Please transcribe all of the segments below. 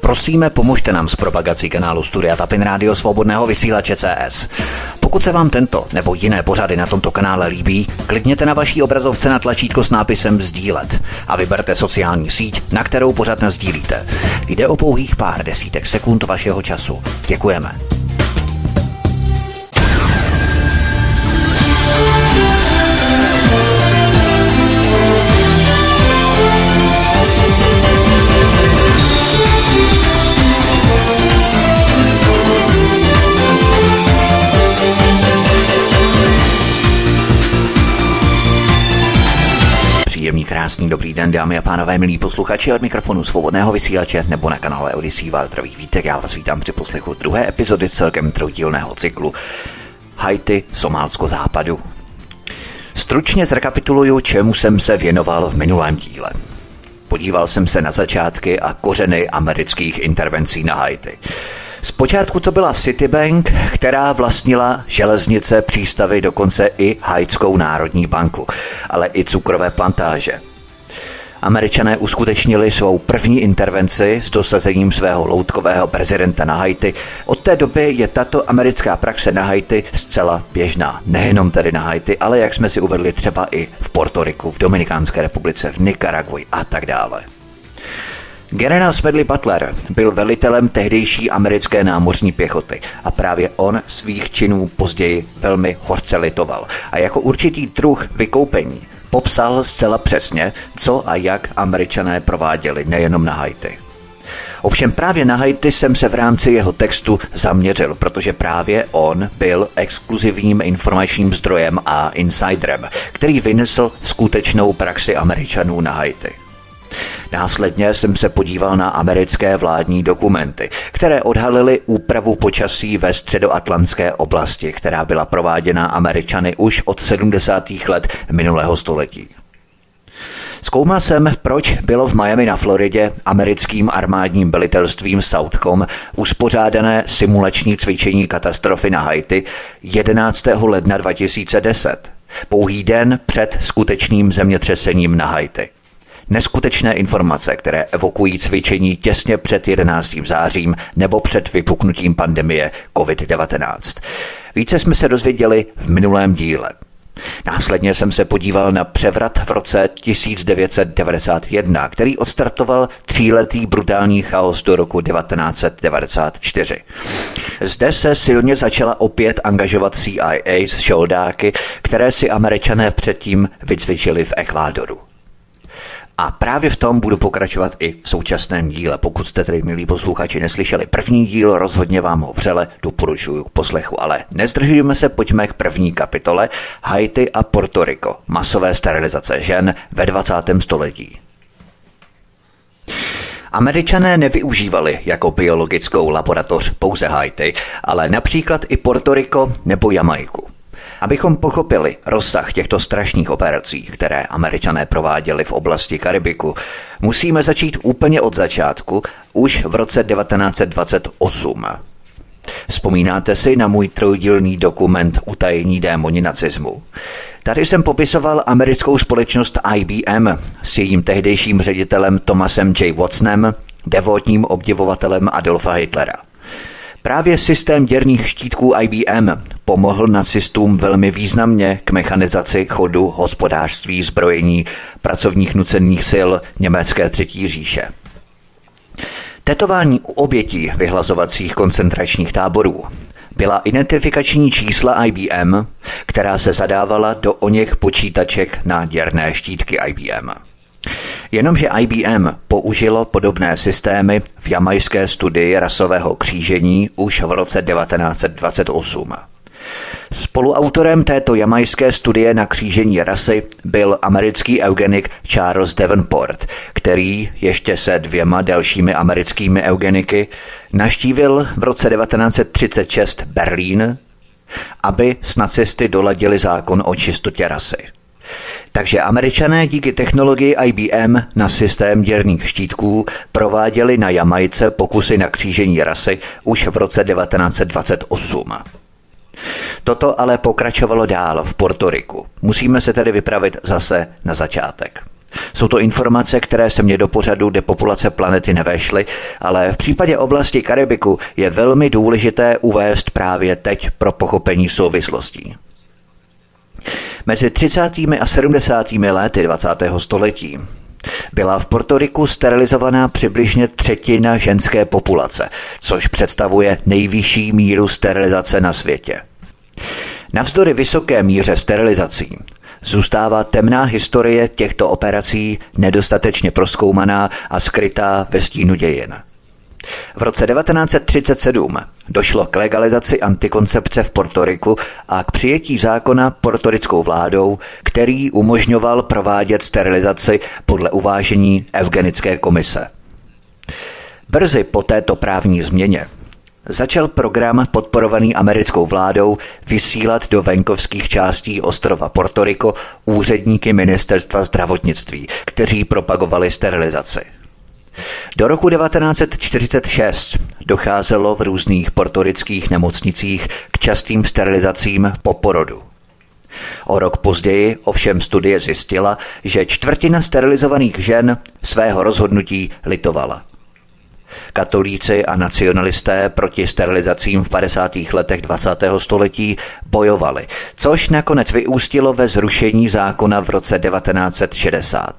Prosíme, pomožte nám s propagací kanálu Studia Tapin Rádio Svobodného vysílače CS. Pokud se vám tento nebo jiné pořady na tomto kanále líbí, klikněte na vaší obrazovce na tlačítko s nápisem sdílet a vyberte sociální síť, na kterou pořad nasdílíte. Jde o pouhých pár desítek sekund vašeho času. Děkujeme. Příjemný, krásný, dobrý den, dámy a pánové, milí posluchači, od mikrofonu Svobodného vysílače nebo na kanále Odyssey Valtrových Vítek. Já vás vítám při poslechu druhé epizody celkem trojdílného cyklu Haiti, Somálsko západu. Stručně zrekapituluju, čemu jsem se věnoval v minulém díle. Podíval jsem se na začátky a kořeny amerických intervencí na Haiti. Zpočátku to byla Citibank, která vlastnila železnice, přístavy, dokonce i Haitskou národní banku, ale i cukrové plantáže. Američané uskutečnili svou první intervenci s dosazením svého loutkového prezidenta na Haiti. Od té doby je tato americká praxe na Haiti zcela běžná. Nejenom tedy na Haiti, ale jak jsme si uvedli třeba i v Portoriku, v Dominikánské republice, v Nikaragui a tak dále. Generál Smedley Butler byl velitelem tehdejší americké námořní pěchoty a právě on svých činů později velmi hořce litoval a jako určitý druh vykoupení popsal zcela přesně, co a jak Američané prováděli nejenom na Haiti. Ovšem právě na Haiti jsem se v rámci jeho textu zaměřil, protože právě on byl exkluzivním informačním zdrojem a insiderem, který vynesl skutečnou praxi Američanů na Haiti. Následně jsem se podíval na americké vládní dokumenty, které odhalily úpravu počasí ve středoatlantské oblasti, která byla prováděna Američany už od 70. let minulého století. Zkoumal jsem, proč bylo v Miami na Floridě americkým armádním velitelstvím Southcom uspořádané simulační cvičení katastrofy na Haiti 11. ledna 2010, pouhý den před skutečným zemětřesením na Haiti. Neskutečné informace, které evokují cvičení těsně před 11. zářím nebo před vypuknutím pandemie COVID-19. Více jsme se dozvěděli v minulém díle. Následně jsem se podíval na převrat v roce 1991, který odstartoval tříletý brutální chaos do roku 1994. Zde se silně začala opět angažovat CIA s žoldáky, které si Američané předtím vycvičili v Ekvádoru. A právě v tom budu pokračovat i v současném díle. Pokud jste tedy, milí posluchači, neslyšeli první díl, rozhodně vám ho vřele doporučuji k poslechu. Ale nezdržujeme se, pojďme k první kapitole Haiti a Portoriko. Masové sterilizace žen ve 20. století. Američané nevyužívali jako biologickou laboratoř pouze Haiti, ale například i Portoriko nebo Jamajku. Abychom pochopili rozsah těchto strašných operací, které Američané prováděli v oblasti Karibiku, musíme začít úplně od začátku, už v roce 1928. Vzpomínáte si na můj trojdílný dokument Utajení démoni nacismu? Tady jsem popisoval americkou společnost IBM s jejím tehdejším ředitelem Thomasem J. Watsonem, devotním obdivovatelem Adolfa Hitlera. Právě systém děrných štítků IBM pomohl nacistům velmi významně k mechanizaci chodu hospodářství, zbrojení, pracovních nucených sil německé třetí říše. Tetování u obětí vyhlazovacích koncentračních táborů byla identifikační čísla IBM, která se zadávala do oněch počítaček na děrné štítky IBM. Jenomže IBM použilo podobné systémy v jamajské studii rasového křížení už v roce 1928. Spoluautorem této jamajské studie na křížení rasy byl americký eugenik Charles Davenport, který ještě se 2 dalšími americkými eugeniky navštívil v roce 1936 Berlín, aby s nacisty doladili zákon o čistotě rasy. Takže Američané díky technologii IBM na systém děrných štítků prováděli na Jamajce pokusy na křížení rasy už v roce 1928. Toto ale pokračovalo dál v Portoriku. Musíme se tedy vypravit zase na začátek. Jsou to informace, které se mě do pořadu depopulace planety nevešly, ale v případě oblasti Karibiku je velmi důležité uvést právě teď pro pochopení souvislostí. Mezi 30. a 70. lety 20. století byla v Portoriku sterilizovaná přibližně třetina ženské populace, což představuje nejvyšší míru sterilizace na světě. Navzdory vysoké míře sterilizací zůstává temná historie těchto operací nedostatečně prozkoumaná a skrytá ve stínu dějin. V roce 1937 došlo k legalizaci antikoncepce v Portoriku a k přijetí zákona portorickou vládou, který umožňoval provádět sterilizaci podle uvážení eugenické komise. Brzy po této právní změně začal program podporovaný americkou vládou vysílat do venkovských částí ostrova Portoriko úředníky ministerstva zdravotnictví, kteří propagovali sterilizaci. Do roku 1946 docházelo v různých portorických nemocnicích k častým sterilizacím po porodu. O rok později ovšem studie zjistila, že čtvrtina sterilizovaných žen svého rozhodnutí litovala. Katolíci a nacionalisté proti sterilizacím v 50. letech 20. století bojovali, což nakonec vyústilo ve zrušení zákona v roce 1960.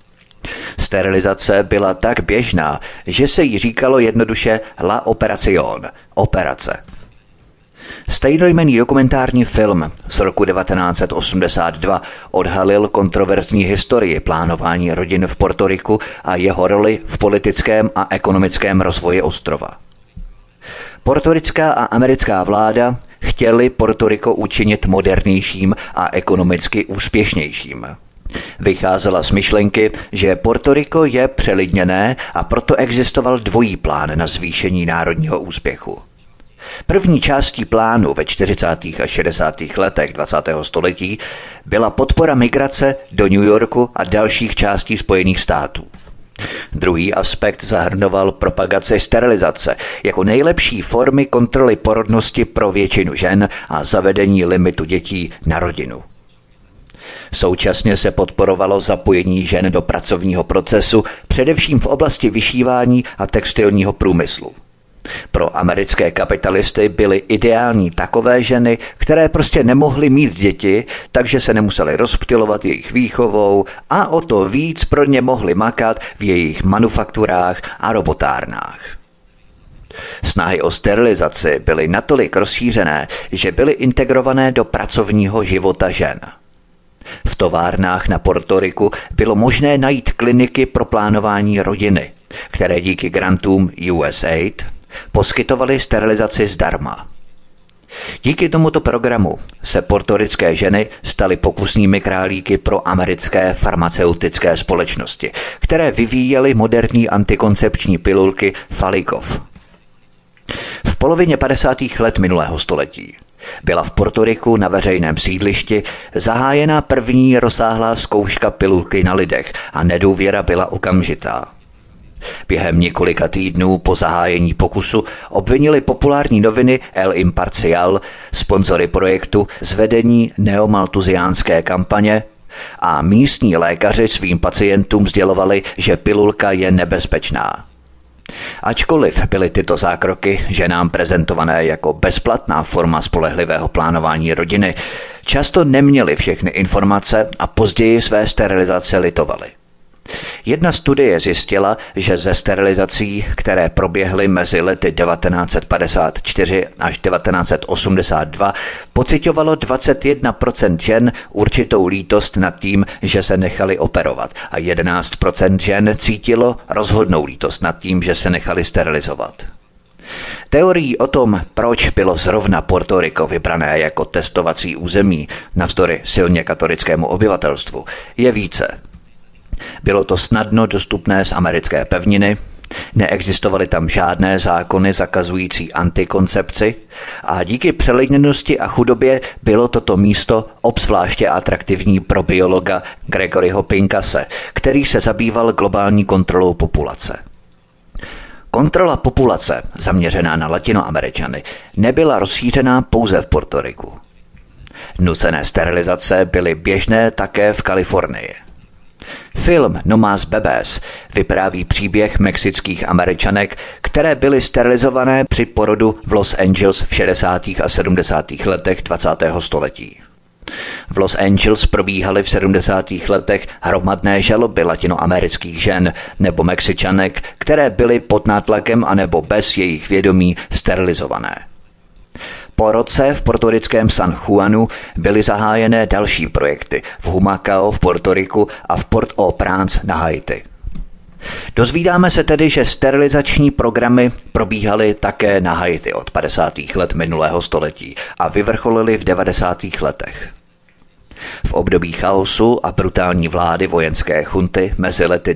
Sterilizace byla tak běžná, že se jí říkalo jednoduše La Operación, operace. Stejnojmenný dokumentární film z roku 1982 odhalil kontroverzní historii plánování rodin v Portoriku a jeho roli v politickém a ekonomickém rozvoji ostrova. Portorická a americká vláda chtěli Portoriko učinit modernějším a ekonomicky úspěšnějším. Vycházela z myšlenky, že Portoriko je přelidněné a proto existoval dvojí plán na zvýšení národního úspěchu. První částí plánu ve 40. a 60. letech 20. století byla podpora migrace do New Yorku a dalších částí Spojených států. Druhý aspekt zahrnoval propagaci sterilizace jako nejlepší formy kontroly porodnosti pro většinu žen a zavedení limitu dětí na rodinu. Současně se podporovalo zapojení žen do pracovního procesu, především v oblasti vyšívání a textilního průmyslu. Pro americké kapitalisty byly ideální takové ženy, které prostě nemohly mít děti, takže se nemusely rozptylovat jejich výchovou a o to víc pro ně mohly makat v jejich manufakturách a robotárnách. Snahy o sterilizaci byly natolik rozšířené, že byly integrované do pracovního života žen. V továrnách na Portoriku bylo možné najít kliniky pro plánování rodiny, které díky grantům USAID poskytovaly sterilizaci zdarma. Díky tomuto programu se portorické ženy staly pokusnými králíky pro americké farmaceutické společnosti, které vyvíjely moderní antikoncepční pilulky Falikov. V polovině 50. let minulého století byla v Portoriku na veřejném sídlišti zahájena první rozsáhlá zkouška pilulky na lidech a nedůvěra byla okamžitá. Během několika týdnů po zahájení pokusu obvinili populární noviny El Imparcial, sponzory projektu, z vedení neomaltuziánské kampaně a místní lékaři svým pacientům sdělovali, že pilulka je nebezpečná. Ačkoliv byly tyto zákroky ženám prezentované jako bezplatná forma spolehlivého plánování rodiny, často neměli všechny informace a později své sterilizace litovali. Jedna studie zjistila, že ze sterilizací, které proběhly mezi lety 1954 až 1982, pociťovalo 21% žen určitou lítost nad tím, že se nechali operovat a 11% žen cítilo rozhodnou lítost nad tím, že se nechali sterilizovat. Teorií o tom, proč bylo zrovna Portoriko vybrané jako testovací území navzdory silně katolickému obyvatelstvu, je více. Bylo to snadno dostupné z americké pevniny, neexistovaly tam žádné zákony zakazující antikoncepci a díky přelidněnosti a chudobě bylo toto místo obzvláště atraktivní pro biologa Gregoryho Pincase, který se zabýval globální kontrolou populace. Kontrola populace, zaměřená na Latinoameričany, nebyla rozšířená pouze v Portoriku. Nucené sterilizace byly běžné také v Kalifornii. Film Nomás Bebés vypráví příběh mexických Američanek, které byly sterilizované při porodu v Los Angeles v 60. a 70. letech 20. století. V Los Angeles probíhaly v 70. letech hromadné žaloby latinoamerických žen nebo Mexičanek, které byly pod nátlakem anebo bez jejich vědomí sterilizované. Po roce v portorickém San Juanu byly zahájené další projekty v Humacao v Portoriku a v Port-au-Prince na Haiti. Dozvídáme se tedy, že sterilizační programy probíhaly také na Haiti od 50. let minulého století a vyvrcholily v 90. letech. V období chaosu a brutální vlády vojenské chunty mezi lety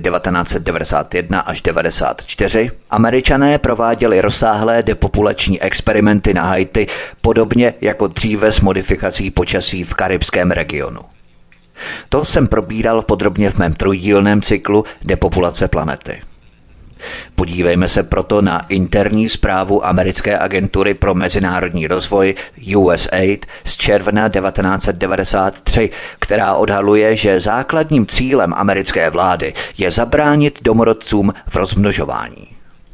1991 až 1994 Američané prováděli rozsáhlé depopulační experimenty na Haiti, podobně jako dříve s modifikací počasí v karibském regionu. To jsem probíral podrobně v mém trojdílném cyklu Depopulace planety. Podívejme se proto na interní zprávu americké agentury pro mezinárodní rozvoj USAID z června 1993, která odhaluje, že základním cílem americké vlády je zabránit domorodcům v rozmnožování.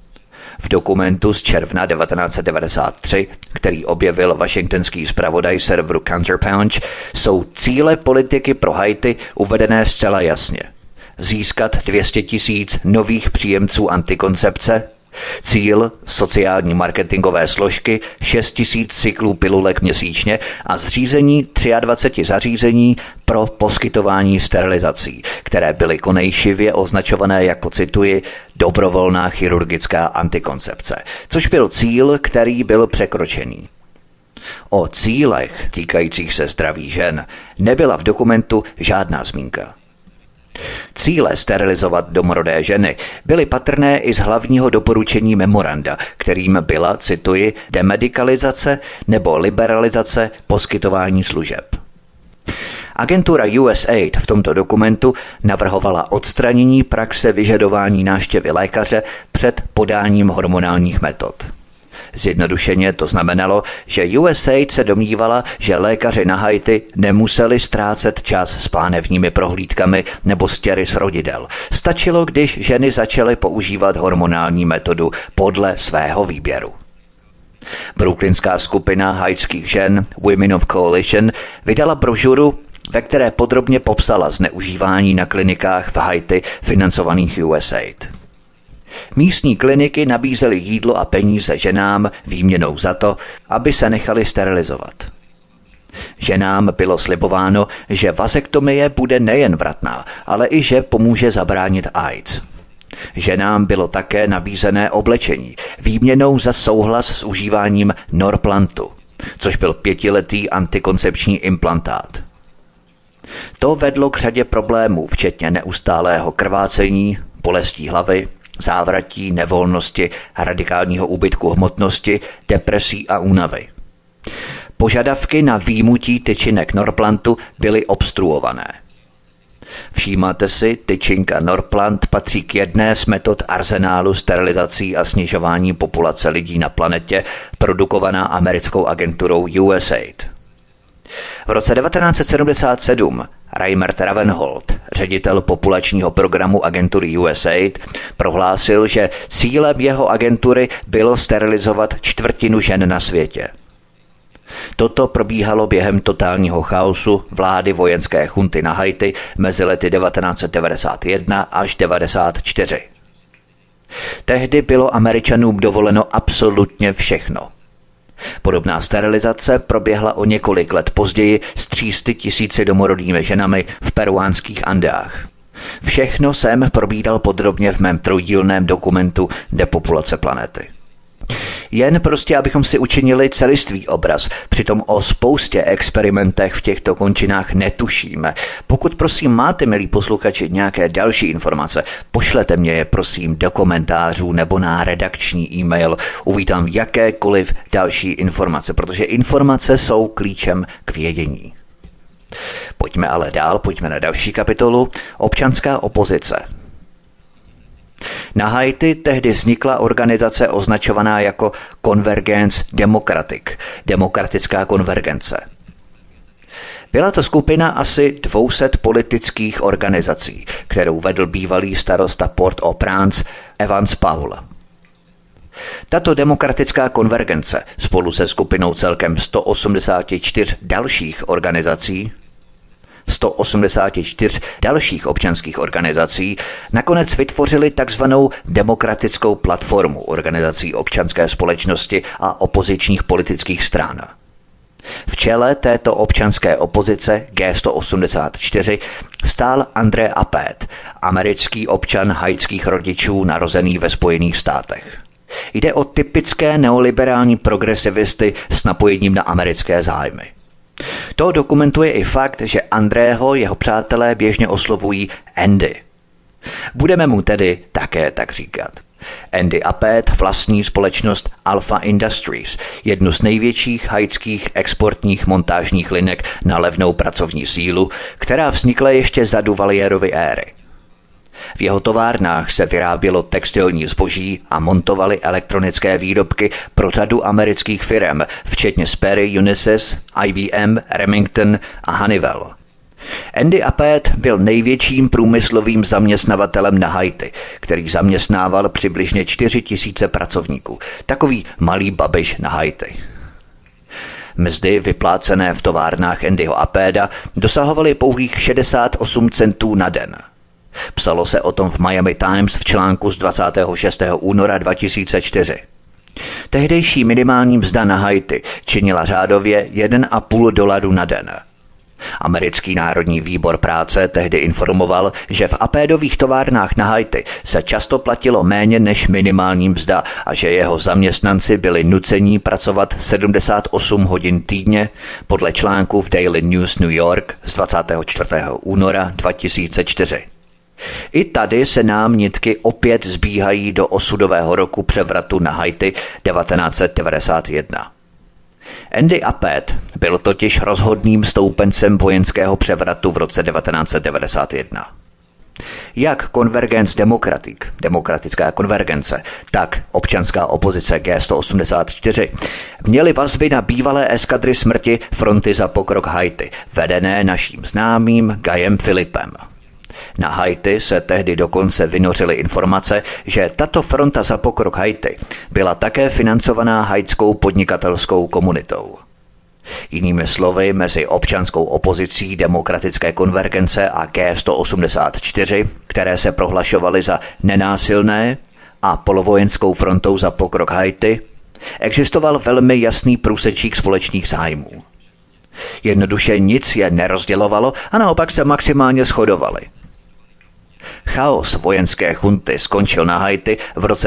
V dokumentu z června 1993, který objevil washingtonský zpravodaj serveru Counterpunch, jsou cíle politiky pro Haiti uvedené zcela jasně. Získat 200 000 nových příjemců antikoncepce, cíl sociální marketingové složky 6 000 cyklů pilulek měsíčně a zřízení 23 zařízení pro poskytování sterilizací, které byly konejšivě označované jako, cituji, dobrovolná chirurgická antikoncepce, což byl cíl, který byl překročený. O cílech týkajících se zdraví žen nebyla v dokumentu žádná zmínka. Cíle sterilizovat domorodé ženy byly patrné i z hlavního doporučení memoranda, kterým byla, cituji, demedikalizace nebo liberalizace poskytování služeb. Agentura USAID v tomto dokumentu navrhovala odstranění praxe vyžadování návštěvy lékaře před podáním hormonálních metod. Zjednodušeně to znamenalo, že USAID se domnívala, že lékaři na Haiti nemuseli ztrácet čas s pánevními prohlídkami nebo stěry z rodidel. Stačilo, když ženy začaly používat hormonální metodu podle svého výběru. Brooklynská skupina haitských žen Women of Coalition vydala brožuru, ve které podrobně popsala zneužívání na klinikách v Haiti financovaných USAID. Místní kliniky nabízely jídlo a peníze ženám výměnou za to, aby se nechali sterilizovat. Ženám bylo slibováno, že vazektomie bude nejen vratná, ale i že pomůže zabránit AIDS. Ženám bylo také nabízené oblečení výměnou za souhlas s užíváním Norplantu, což byl 5letý antikoncepční implantát. To vedlo k řadě problémů, včetně neustálého krvácení, bolestí hlavy, závratí, nevolnosti, radikálního úbytku hmotnosti, depresí a únavy. Požadavky na výjimutí tyčinek Norplantu byly obstruované. Všímáte si, tyčinka Norplant patří k jedné z metod arzenálu sterilizací a snižování populace lidí na planetě, produkovaná americkou agenturou USAID. V roce 1977 Raymond Ravenholt, ředitel populačního programu agentury USAID, prohlásil, že cílem jeho agentury bylo sterilizovat 1/4 žen na světě. Toto probíhalo během totálního chaosu vlády vojenské chunty na Haiti mezi lety 1991 až 1994. Tehdy bylo Američanům dovoleno absolutně všechno. Podobná sterilizace proběhla o několik let později s 300 000 domorodými ženami v peruánských Andách. Všechno jsem probídal podrobně v mém trojdílném dokumentu Depopulace planety. Jen prostě, abychom si učinili celistvý obraz, přitom o spoustě experimentech v těchto končinách netušíme. Pokud prosím máte, milí posluchači, nějaké další informace, pošlete mě je prosím do komentářů nebo na redakční e-mail. Uvítám jakékoliv další informace, protože informace jsou klíčem k vědění. Pojďme ale dál, pojďme na další kapitolu. Občanská opozice. Na Haiti tehdy vznikla organizace označovaná jako Convergence Democratic, demokratická konvergence. Byla to skupina asi 200 politických organizací, kterou vedl bývalý starosta Port-au-Prince Evans Paul. Tato demokratická konvergence spolu se skupinou celkem 184 dalších organizací, 184 dalších občanských organizací nakonec vytvořili takzvanou demokratickou platformu organizací občanské společnosti a opozičních politických stran. V čele této občanské opozice G184 stál André Appert, americký občan haitských rodičů narozený ve Spojených státech. Jde o typické neoliberální progresivisty s napojením na americké zájmy. To dokumentuje i fakt, že Andrého jeho přátelé běžně oslovují Andy. Budeme mu tedy také tak říkat. Andy Appert vlastní společnost Alpha Industries, jednu z největších haitských exportních montážních linek na levnou pracovní sílu, která vznikla ještě za Duvalierovy éry. V jeho továrnách se vyrábělo textilní zboží a montovaly elektronické výrobky pro řadu amerických firm, včetně Sperry, Unisys, IBM, Remington a Honeywell. Andy Appert byl největším průmyslovým zaměstnavatelem na Haiti, který zaměstnával přibližně 4 000 pracovníků. Takový malý Babiš na Haiti. Mzdy vyplácené v továrnách Andyho Apperta dosahovaly pouhých 68 centů na den. Psalo se o tom v Miami Times v článku z 26. února 2004. Tehdejší minimální mzda na Haiti činila řádově $1,5 na den. Americký národní výbor práce tehdy informoval, že v Appertových továrnách na Haiti se často platilo méně než minimální mzda a že jeho zaměstnanci byli nuceni pracovat 78 hodin týdně podle článku v Daily News New York z 24. února 2004. I tady se nám nitky opět zbíhají do osudového roku převratu na Haiti 1991. Andy Appert byl totiž rozhodným stoupencem vojenského převratu v roce 1991. Jak Convergence Democratic, demokratická konvergence, tak občanská opozice G184 měly vazby na bývalé eskadry smrti Fronty za pokrok Haiti, vedené naším známým Guyem Philippem. Na Haiti se tehdy dokonce vynořily informace, že tato fronta za pokrok Haiti byla také financovaná haitskou podnikatelskou komunitou. Jinými slovy, mezi občanskou opozicí demokratické konvergence a G184, které se prohlašovaly za nenásilné, a polovojenskou frontou za pokrok Haiti, existoval velmi jasný průsečík společných zájmů. Jednoduše nic je nerozdělovalo a naopak se maximálně shodovali. Chaos vojenské chunty skončil na Haiti v roce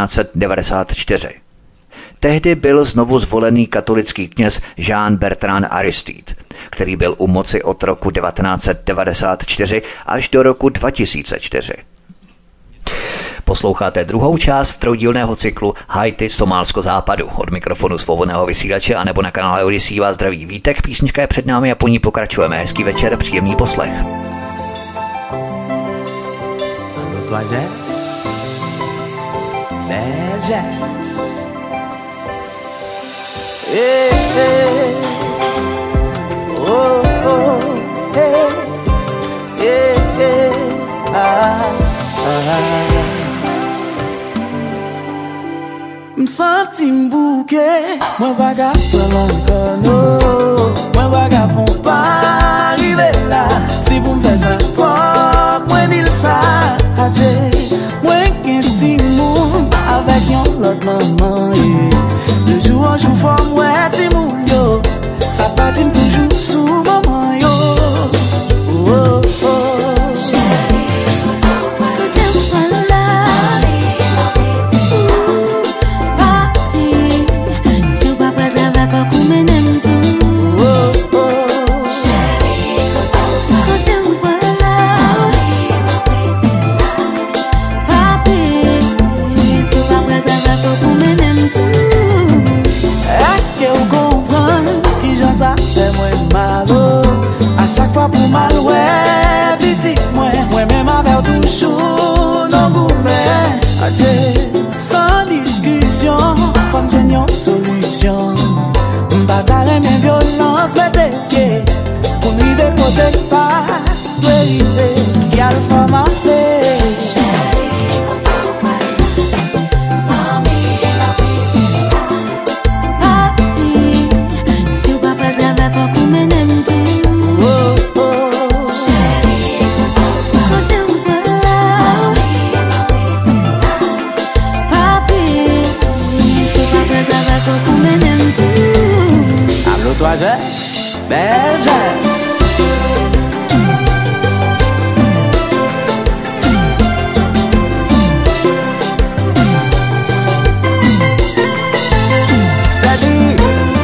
1994. Tehdy byl znovu zvolený katolický kněz Jean-Bertrand Aristide, který byl u moci od roku 1994 až do roku 2004. Posloucháte druhou část trojdílného cyklu Haiti, Somálsko, Západu. Od mikrofonu svobodného vysílače a nebo na kanále Odyssey vás zdraví Vítek. Písnička je před námi a po ní pokračujeme. Hezký večer, příjemný poslech. M'senti m'bouquet, moi vaga plancano, moi vaga font pas arriver là. Si vous me faites un fuck, moi l'il s'agit, moi qu'un petit monde avec yon l'autre maman. De jour en jour faut moi ti moun yo, ça partit toujours sous maman yo. Oh oh oh. Women côté pas vérité, y'a le format toi Jess, belle Jess. Salut.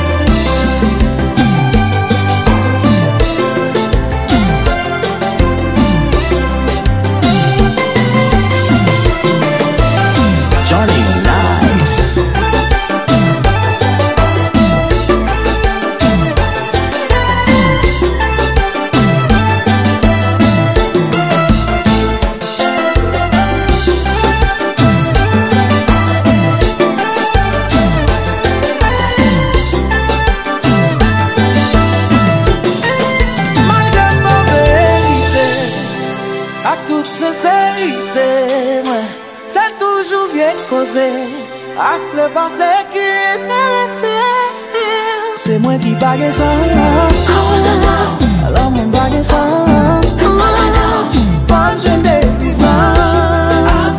Johnny Nice. C'est toujours bien causé, avec le passé qui est blessé. C'est moi qui bague ça, alors mon bague ça. Femme, je n'ai pas.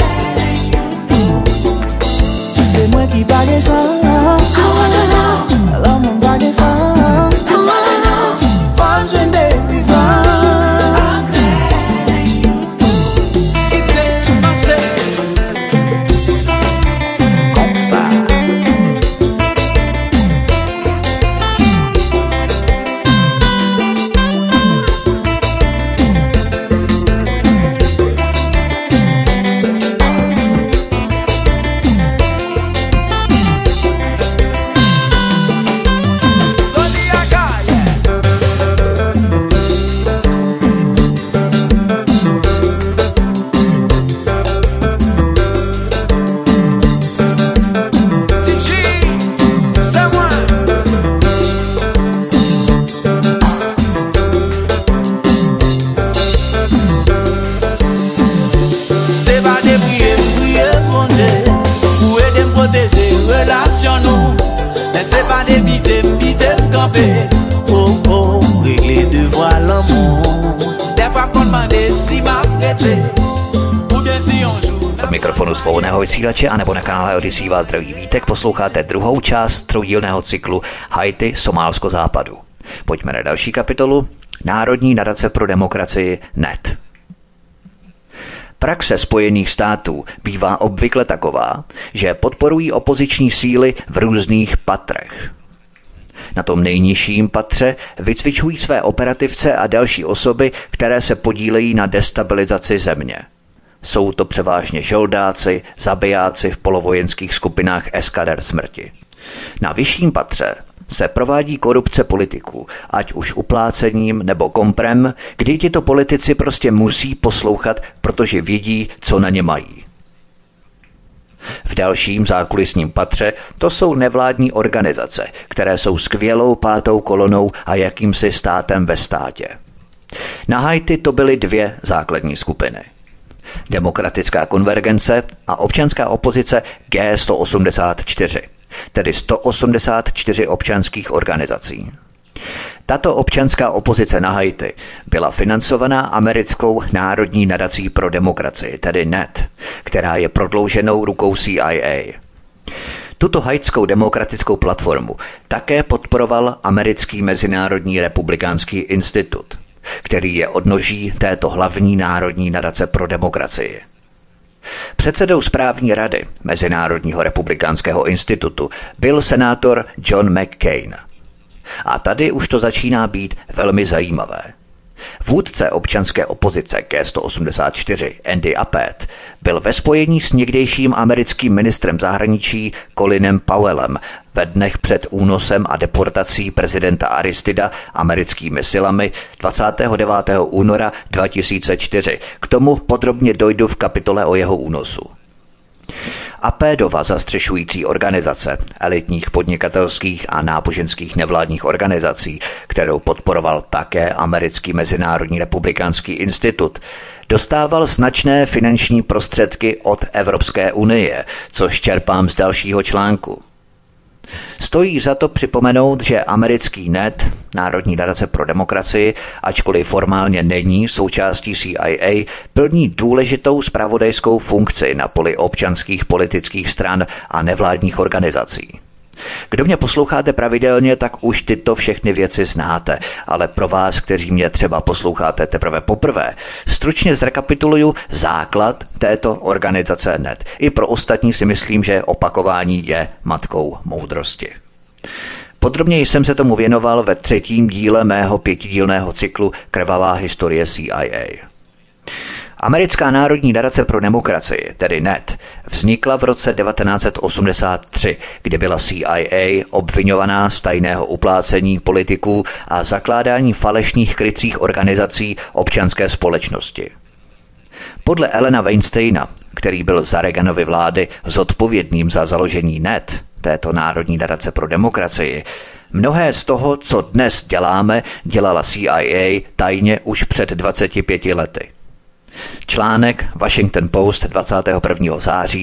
C'est moi qui bague ça, alors mon bague ça. Femme, je n'ai pas. Od mikrofonu svobodného vysílače anebo na kanále Odyssey vás zdraví Vítek, posloucháte druhou část troudílného cyklu Haiti, Somálsko západu. Pojďme na další kapitolu. Národní nadace pro demokracii NET. Praxe Spojených států bývá obvykle taková, že podporují opoziční síly v různých patrech. Na tom nejnižším patře vycvičují své operativce a další osoby, které se podílejí na destabilizaci země. Jsou to převážně žoldáci, zabijáci v polovojenských skupinách eskader smrti. Na vyšším patře se provádí korupce politiků, ať už uplácením nebo komprem, kdy tito politici prostě musí poslouchat, protože vědí, co na ně mají. V dalším zákulisním patře to jsou nevládní organizace, které jsou skvělou pátou kolonou a jakýmsi státem ve státě. Na Haiti to byly dvě základní skupiny. Demokratická konvergence a občanská opozice G184, tedy 184 občanských organizací. Tato občanská opozice na Haiti byla financovaná americkou národní nadací pro demokracii, tedy NET, která je prodlouženou rukou CIA. Tuto haitskou demokratickou platformu také podporoval americký Mezinárodní republikánský institut, který je odnoží této hlavní národní nadace pro demokracii. Předsedou správní rady Mezinárodního republikánského institutu byl senátor John McCain. A tady už to začíná být velmi zajímavé. Vůdce občanské opozice G184 Andy Appet byl ve spojení s někdejším americkým ministrem zahraničí Colinem Powellem ve dnech před únosem a deportací prezidenta Aristida americkými silami 29. února 2004. K tomu podrobně dojdu v kapitole o jeho únosu. Apédova zastřešující organizace elitních podnikatelských a náboženských nevládních organizací, kterou podporoval také americký Mezinárodní republikánský institut, dostával značné finanční prostředky od Evropské unie, což čerpám z dalšího článku. Stojí za to připomenout, že americký NET, Národní nadace pro demokracii, ačkoliv formálně není součástí CIA, plní důležitou zpravodajskou funkci na poli občanských politických stran a nevládních organizací. Kdo mě posloucháte pravidelně, tak už tyto všechny věci znáte, ale pro vás, kteří mě třeba posloucháte teprve poprvé, stručně zrekapituluju základ této organizace NET. I pro ostatní si myslím, že opakování je matkou moudrosti. Podrobněji jsem se tomu věnoval ve 3. díle mého 5dílného cyklu Krvavá historie CIA. Americká národní nadace pro demokracii, tedy NET, vznikla v roce 1983, kdy byla CIA obviňovaná z tajného uplácení politiků a zakládání falešných krycích organizací občanské společnosti. Podle Elena Weinsteina, který byl za Reaganovy vlády zodpovědným za založení NET, této národní nadace pro demokracii, mnohé z toho, co dnes děláme, dělala CIA tajně už před 25 lety. Článek Washington Post 21. září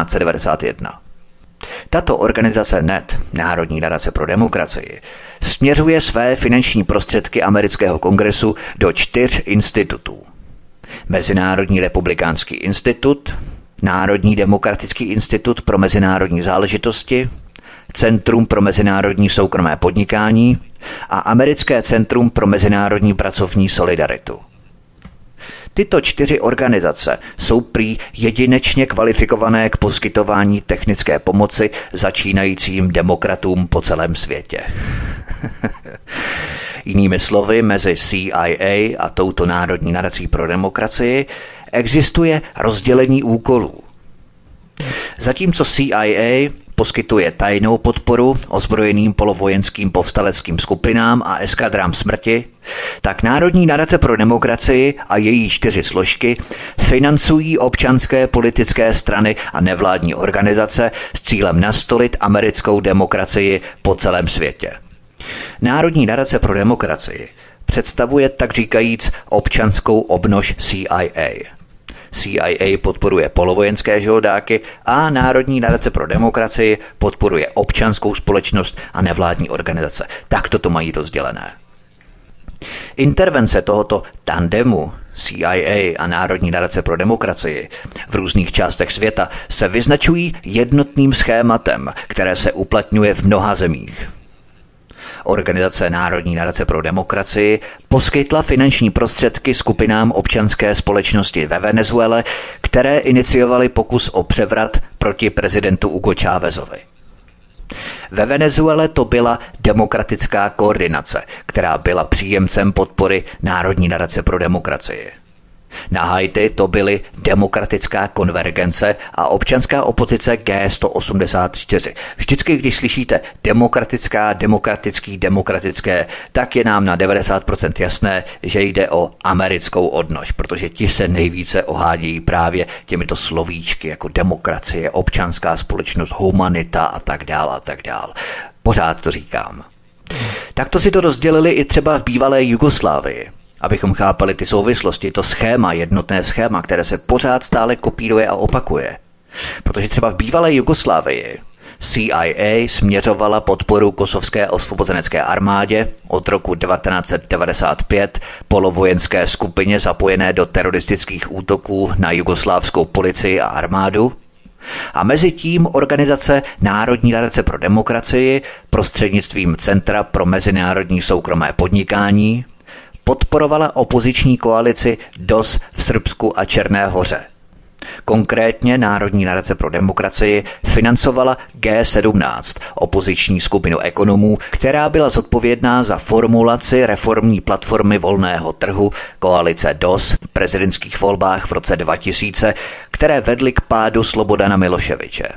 1991. Tato organizace NET, Národní nadace pro demokracii, směřuje své finanční prostředky amerického kongresu do 4 institutů. Mezinárodní republikánský institut, Národní demokratický institut pro mezinárodní záležitosti, Centrum pro mezinárodní soukromé podnikání a Americké centrum pro mezinárodní pracovní solidaritu. Tyto 4 organizace jsou prý jedinečně kvalifikované k poskytování technické pomoci začínajícím demokratům po celém světě. Jinými slovy, mezi CIA a touto národní nadací pro demokracii existuje rozdělení úkolů. Zatímco CIA poskytuje tajnou podporu ozbrojeným polovojenským povstaleckým skupinám a eskadrám smrti, tak Národní nadace pro demokracii a její 4 složky financují občanské politické strany a nevládní organizace s cílem nastolit americkou demokracii po celém světě. Národní nadace pro demokracii představuje tak říkajíc občanskou obnož CIA. CIA podporuje polovojenské žoldáky a Národní nadace pro demokracii podporuje občanskou společnost a nevládní organizace. Takto to mají rozdělené. Intervence tohoto tandemu CIA a Národní nadace pro demokracii v různých částech světa se vyznačují jednotným schématem, které se uplatňuje v mnoha zemích. Organizace Národní nadace pro demokracii poskytla finanční prostředky skupinám občanské společnosti ve Venezuele, které iniciovaly pokus o převrat proti prezidentu Hugo Chávezovi. Ve Venezuele to byla demokratická koordinace, která byla příjemcem podpory Národní nadace pro demokracii. Na Haiti to byly demokratická konvergence a občanská opozice G184. Vždycky, když slyšíte demokratické, tak je nám na 90% jasné, že jde o americkou odnož, protože ti se nejvíce ohádějí právě těmito slovíčky jako demokracie, občanská společnost, humanita a tak dál. Pořád to říkám. Takto si to rozdělili i třeba v bývalé Jugoslávii. Abychom chápali ty souvislosti, to schéma, jednotné schéma, které se pořád stále kopíruje a opakuje. Protože třeba v bývalé Jugoslávii CIA směřovala podporu kosovské osvobozenecké armádě od roku 1995 polovojenské skupině zapojené do teroristických útoků na jugoslávskou policii a armádu. A mezi tím organizace Národní nadace pro demokracii prostřednictvím Centra pro mezinárodní soukromé podnikání podporovala opoziční koalici DOS v Srbsku a Černé Hoře. Konkrétně Národní nadace pro demokracii financovala G17, opoziční skupinu ekonomů, která byla zodpovědná za formulaci reformní platformy volného trhu koalice DOS v prezidentských volbách v roce 2000, které vedly k pádu Slobodana Miloševiče.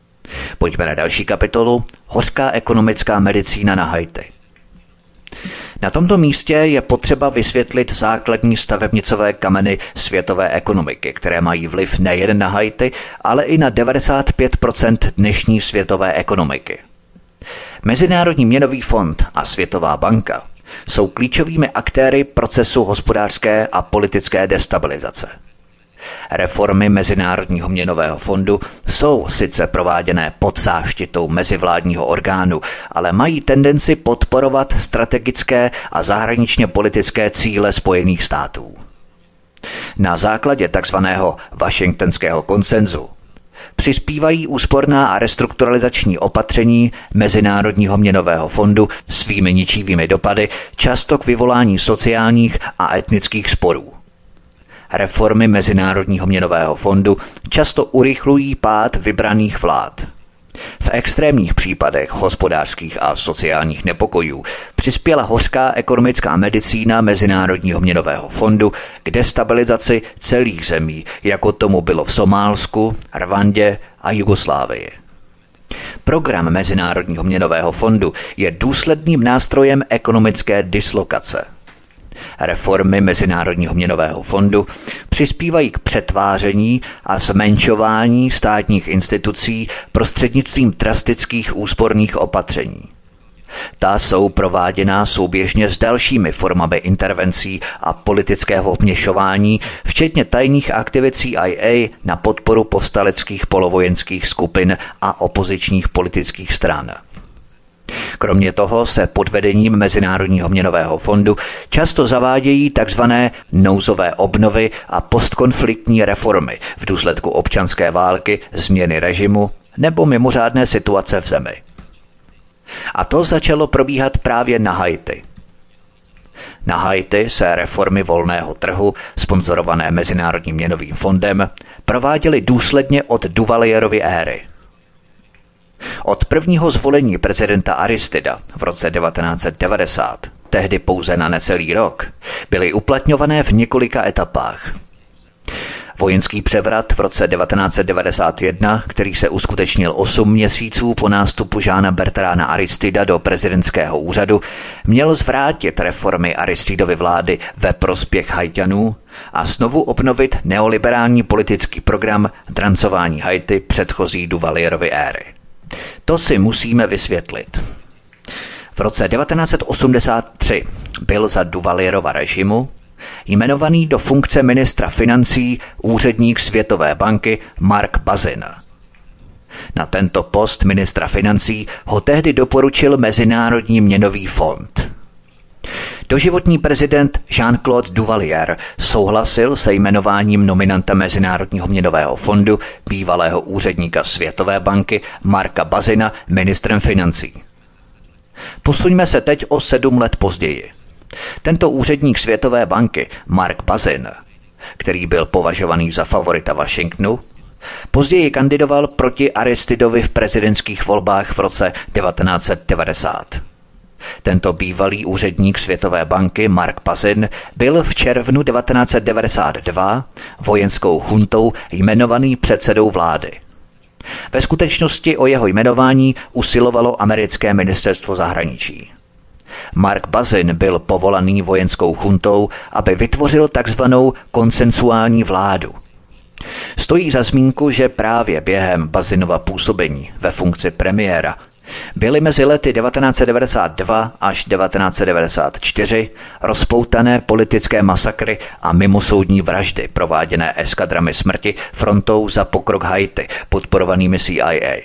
Pojďme na další kapitolu. Hořká ekonomická medicína na Haiti. Na tomto místě je potřeba vysvětlit základní stavebnicové kameny světové ekonomiky, které mají vliv nejen na Haiti, ale i na 95% dnešní světové ekonomiky. Mezinárodní měnový fond a Světová banka jsou klíčovými aktéry procesu hospodářské a politické destabilizace. Reformy Mezinárodního měnového fondu jsou sice prováděné pod záštitou mezivládního orgánu, ale mají tendenci podporovat strategické a zahraničně politické cíle Spojených států. Na základě takzvaného Washingtonského konsenzu přispívají úsporná a restrukturalizační opatření Mezinárodního měnového fondu svými ničivými dopady často k vyvolání sociálních a etnických sporů. Reformy Mezinárodního měnového fondu často urychlují pád vybraných vlád. V extrémních případech hospodářských a sociálních nepokojů přispěla hořká ekonomická medicína Mezinárodního měnového fondu k destabilizaci celých zemí, jako tomu bylo v Somálsku, Rwandě a Jugoslávii. Program Mezinárodního měnového fondu je důsledným nástrojem ekonomické dislokace. Reformy Mezinárodního měnového fondu přispívají k přetváření a zmenšování státních institucí prostřednictvím drastických úsporných opatření. Ta jsou prováděná souběžně s dalšími formami intervencí a politického vměšování, včetně tajných aktivit CIA na podporu povstaleckých polovojenských skupin a opozičních politických stran. Kromě toho se pod vedením Mezinárodního měnového fondu často zavádějí tzv. Nouzové obnovy a postkonfliktní reformy v důsledku občanské války, změny režimu nebo mimořádné situace v zemi. A to začalo probíhat právě na Haiti. Na Haiti se reformy volného trhu, sponzorované Mezinárodním měnovým fondem, prováděly důsledně od Duvalierovy éry. Od prvního zvolení prezidenta Aristida v roce 1990, tehdy pouze na necelý rok, byly uplatňované v několika etapách. Vojenský převrat v roce 1991, který se uskutečnil 8 měsíců po nástupu Jeana Bertrana Aristida do prezidentského úřadu, měl zvrátit reformy Aristidovy vlády ve prospěch Haitianů a znovu obnovit neoliberální politický program drancování Haiti předchozí Duvalierovy éry. To si musíme vysvětlit. V roce 1983 byl za Duvalierova režimu jmenovaný do funkce ministra financí úředník Světové banky Marc Bazin. Na tento post ministra financí ho tehdy doporučil Mezinárodní měnový fond. Doživotní prezident Jean-Claude Duvalier souhlasil se jmenováním nominanta Mezinárodního měnového fondu, bývalého úředníka Světové banky Marca Bazina, ministrem financí. Posuňme se teď o 7 let později. Tento úředník Světové banky Marc Bazin, který byl považovaný za favorita Washingtonu, později kandidoval proti Aristidovi v prezidentských volbách v roce 1990. Tento bývalý úředník Světové banky Marc Bazin byl v červnu 1992 vojenskou juntou jmenovaný předsedou vlády. Ve skutečnosti o jeho jmenování usilovalo americké ministerstvo zahraničí. Marc Bazin byl povolaný vojenskou juntou, aby vytvořil takzvanou konsensuální vládu. Stojí za zmínku, že právě během Bazinova působení ve funkci premiéra byly mezi lety 1992 až 1994 rozpoutané politické masakry a mimosoudní vraždy prováděné eskadrami smrti Frontou za pokrok Haiti, podporovanými CIA.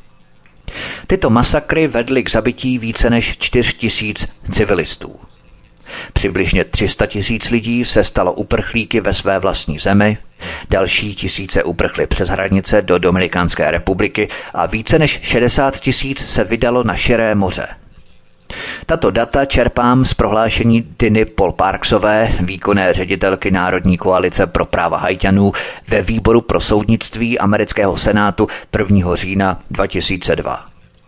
Tyto masakry vedly k zabití více než 4 000 civilistů. Přibližně 300 000 lidí se stalo uprchlíky ve své vlastní zemi, další tisíce uprchly přes hranice do Dominikánské republiky a více než 60 000 se vydalo na širé moře. Tato data čerpám z prohlášení Diny Paul-Parksové, výkonné ředitelky Národní koalice pro práva Haitianů ve výboru pro soudnictví amerického senátu 1. října 2002.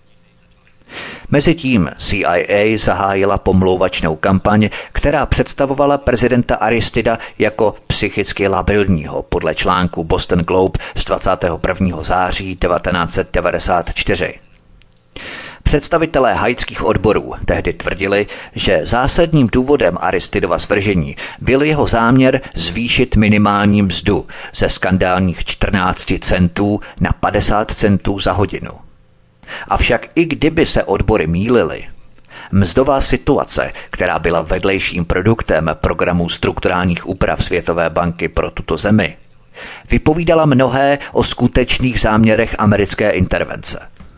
Mezitím CIA zahájila pomlouvačnou kampaň, která představovala prezidenta Aristida jako psychicky labilního podle článku Boston Globe z 21. září 1994. Představitelé haitských odborů tehdy tvrdili, že zásadním důvodem Aristidova svržení byl jeho záměr zvýšit minimální mzdu ze skandálních 14 centů na 50 centů za hodinu. Avšak i kdyby se odbory mýlily, mzdová situace, která byla vedlejším produktem programu strukturálních úprav Světové banky pro tuto zemi, vypovídala mnohé o skutečných záměrech americké intervence.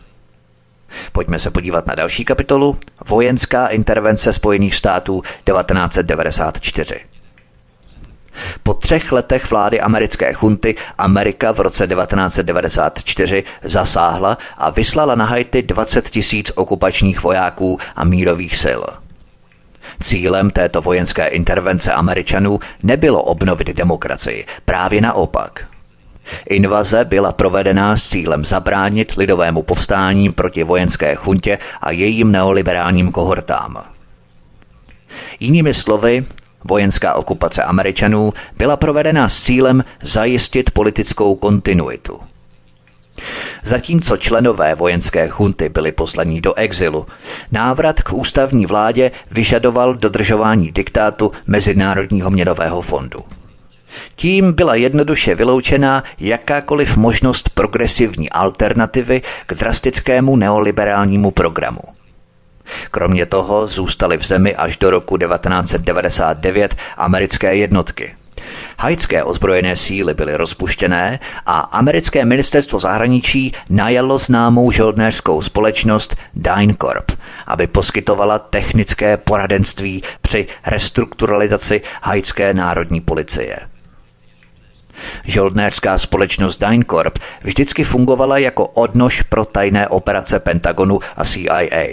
Pojďme se podívat na další kapitolu. Vojenská intervence Spojených států 1994. Po 3 letech vlády americké chunty Amerika v roce 1994 zasáhla a vyslala na Haiti 20 000 okupačních vojáků a mírových sil. Cílem této vojenské intervence Američanů nebylo obnovit demokracii, právě naopak. Invaze byla provedena s cílem zabránit lidovému povstání proti vojenské chuntě a jejím neoliberálním kohortám. Jinými slovy, vojenská okupace Američanů byla provedena s cílem zajistit politickou kontinuitu. Zatímco členové vojenské chunty byli poslaní do exilu, návrat k ústavní vládě vyžadoval dodržování diktátu Mezinárodního měnového fondu. Tím byla jednoduše vyloučena jakákoliv možnost progresivní alternativy k drastickému neoliberálnímu programu. Kromě toho zůstaly v zemi až do roku 1999 americké jednotky. Haitské ozbrojené síly byly rozpuštěné a americké ministerstvo zahraničí najalo známou žoldnéřskou společnost DynCorp, aby poskytovala technické poradenství při restrukturalizaci haitské národní policie. Žoldnéřská společnost DynCorp vždycky fungovala jako odnož pro tajné operace Pentagonu a CIA.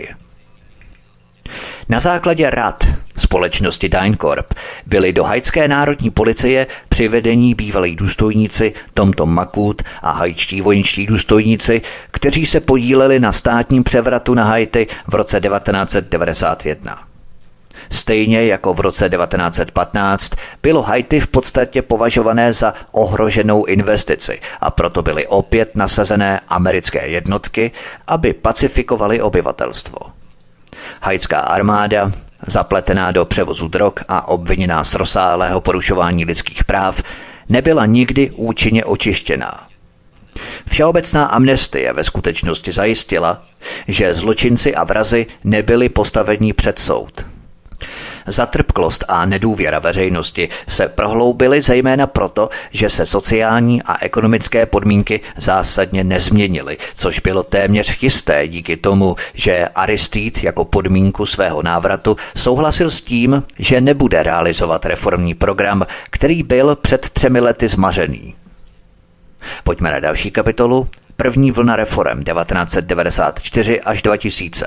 Na základě rad společnosti DynCorp byli do haitské národní policie přivedení bývalí důstojníci Tom Makut a haitští vojenští důstojníci, kteří se podíleli na státním převratu na Haiti v roce 1991. Stejně jako v roce 1915 bylo Haiti v podstatě považované za ohroženou investici a proto byly opět nasazené americké jednotky, aby pacifikovaly obyvatelstvo. Haitská armáda, zapletená do převozu drog a obviněná z rozsáhlého porušování lidských práv, nebyla nikdy účinně očištěná. Všeobecná amnestie ve skutečnosti zajistila, že zločinci a vrazi nebyli postaveni před soud. Zatrpklost a nedůvěra veřejnosti se prohloubily zejména proto, že se sociální a ekonomické podmínky zásadně nezměnily, což bylo téměř jisté díky tomu, že Aristide jako podmínku svého návratu souhlasil s tím, že nebude realizovat reformní program, který byl před 3 lety zmařený. Pojďme na další kapitolu. První vlna reforem 1994 až 2000.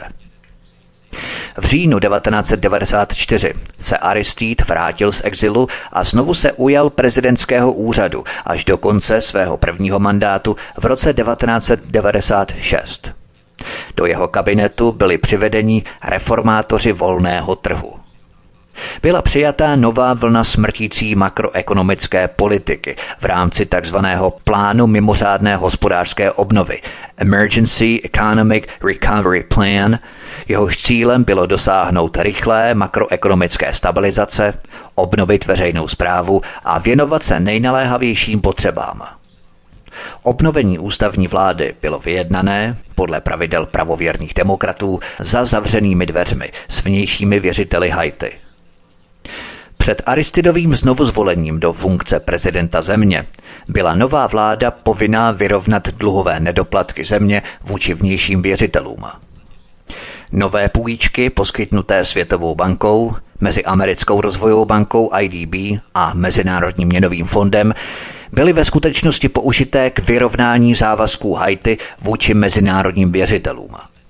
V říjnu 1994 se Aristide vrátil z exilu a znovu se ujal prezidentského úřadu až do konce svého prvního mandátu v roce 1996. Do jeho kabinetu byli přivedeni reformátoři volného trhu. Byla přijatá nová vlna smrtící makroekonomické politiky v rámci takzvaného plánu mimořádné hospodářské obnovy Emergency Economic Recovery Plan. Jehož cílem bylo dosáhnout rychlé makroekonomické stabilizace, obnovit veřejnou správu a věnovat se nejnaléhavějším potřebám. Obnovení ústavní vlády bylo vyjednané podle pravidel pravověrných demokratů za zavřenými dveřmi s vnějšími věřiteli Haiti. Před Aristidovým znovuzvolením do funkce prezidenta země byla nová vláda povinná vyrovnat dluhové nedoplatky země vůči vnějším věřitelům. Nové půjčky poskytnuté Světovou bankou, Meziamerickou rozvojovou bankou IDB a Mezinárodním měnovým fondem byly ve skutečnosti použité k vyrovnání závazků Haiti vůči mezinárodním věřitelům.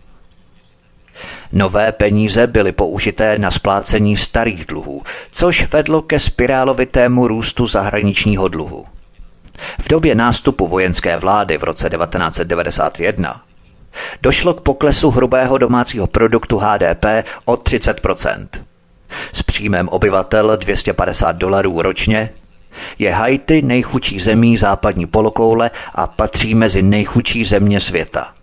Nové peníze byly použité na splácení starých dluhů, což vedlo ke spirálovitému růstu zahraničního dluhu. V době nástupu vojenské vlády v roce 1991 došlo k poklesu hrubého domácího produktu HDP o 30%. S příjmem obyvatel $250 ročně je Haiti nejchudší zemí západní polokoule a patří mezi nejchudší země světa.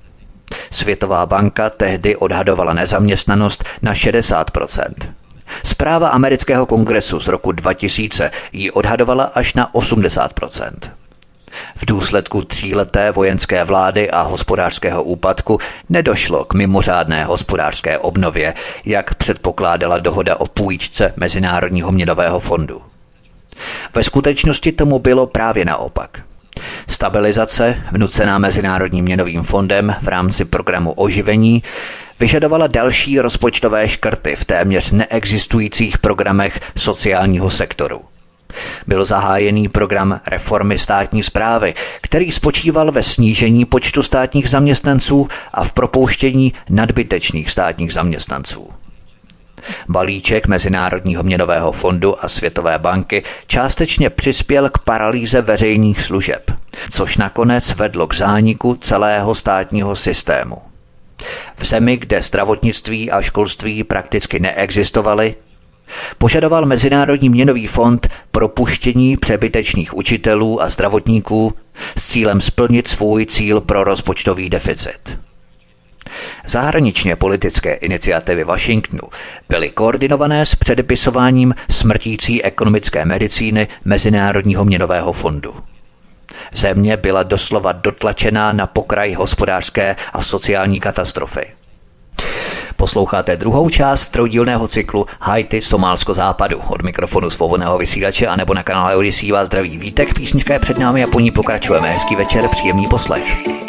Světová banka tehdy odhadovala nezaměstnanost na 60%. Zpráva amerického kongresu z roku 2000 ji odhadovala až na 80%. V důsledku 3leté vojenské vlády a hospodářského úpadku nedošlo k mimořádné hospodářské obnově, jak předpokládala dohoda o půjčce Mezinárodního měnového fondu. Ve skutečnosti tomu bylo právě naopak. Stabilizace, vnucená Mezinárodním měnovým fondem v rámci programu oživení, vyžadovala další rozpočtové škrty v téměř neexistujících programech sociálního sektoru. Byl zahájený program reformy státní správy, který spočíval ve snížení počtu státních zaměstnanců a v propouštění nadbytečných státních zaměstnanců. Balíček Mezinárodního měnového fondu a Světové banky částečně přispěl k paralýze veřejných služeb, což nakonec vedlo k zániku celého státního systému. V zemi, kde zdravotnictví a školství prakticky neexistovaly, požadoval Mezinárodní měnový fond propuštění přebytečných učitelů a zdravotníků s cílem splnit svůj cíl pro rozpočtový deficit. Zahraničně politické iniciativy Washingtonu byly koordinované s předepisováním smrtící ekonomické medicíny Mezinárodního měnového fondu. Země byla doslova dotlačená na pokraj hospodářské a sociální katastrofy. Posloucháte druhou část trojdílného cyklu Haiti, Somálsko, Západu. Od mikrofonu Svobodného vysílače a nebo na kanále Odyssey vás zdraví Vítek. Písnička je před námi a po ní pokračujeme. Hezký večer, příjemný poslech.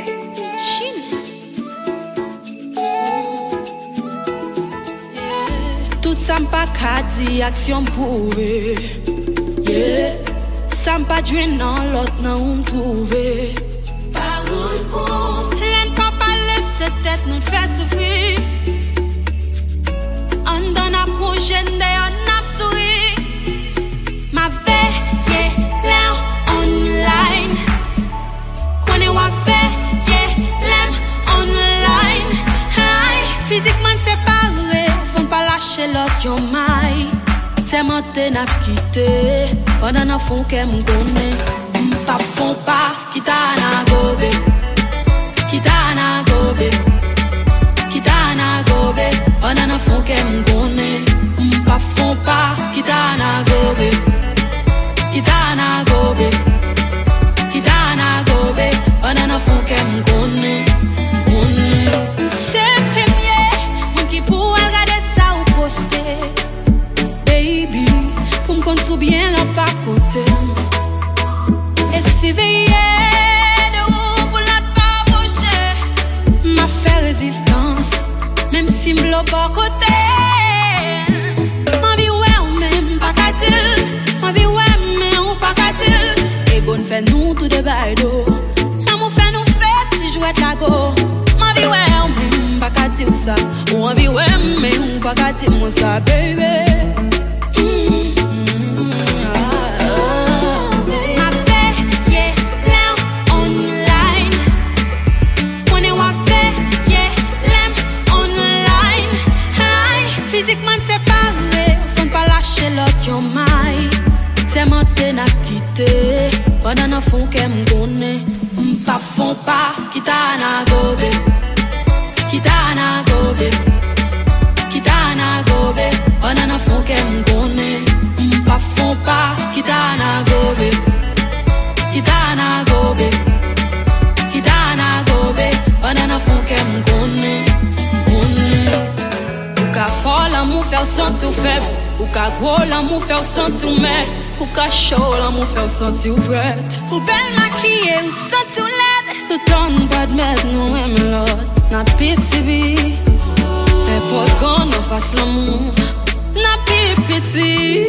Ça m'pas qu'à dire action prouver, yeah. Ça m'pas joindre dans l'autre nan ou m'trouver. Parole con, l'en pas parler cette tête nous fait souffrir. On donne à projet d'ailleurs n'a souri. Ma veille, yeah, online. Qu'on est wa fait, yeah, l'aim online. Hi, physiquement séparé. Pas lâcher l'autre yon maille. C'est monté n'a quitté. Pendant n'a fond qu'elle m'gonne. M'pas fond pas. Kita na gobe. Kita na gobe. Kita na gobe. Pendant n'a fond qu'elle m'gonne. M'pas fond pas. Kita na gobe. Kita na gobe. Kita na gobe. Pendant n'a fond qu'elle m'gonne. C'est premier. Mon qui pour baby, pour me construire bien là par côté. Et si veiller de vous pour la pas bouger, m'a fait résistance, même si m'blo pas côté. Ma vie ouais ou même pas qu'à-t-il, ma vie ouais mais ou pas qu'à-t-il. Et bon fait nous tout de baïdo, l'amour fait nous fait si jouet la go. Ma vie ouais ou même pas qu'à-t-il ça, ou ma vie ouais mais ou pas qu'à-t-il moi ça baby. Physiquement séparé, faut pas lâcher l'autre yon maille. C'est monté n'a quitté, pendant n'a fond qu'elle m'gonne. M'pas fond pas, kita na gobe. Kita na gobe. Kita na gobe, pendant n'a fond qu'elle m'gonne. M'pas fond pas, kita na gobe. Kita na gobe. Kita na gobe, pendant n'a fond qu'elle m'gonne. Ou ka fort l'amour fait sentir faible, ou ka gros l'amour fait sentir mec, ou ka chaud l'amour fait sentir vrai. Ou belle maquillée ou sentir laide, tout en pas de mettre nous aime l'autre. N'a pitié, mais pour qu'on nous fasse l'amour, n'a pitié.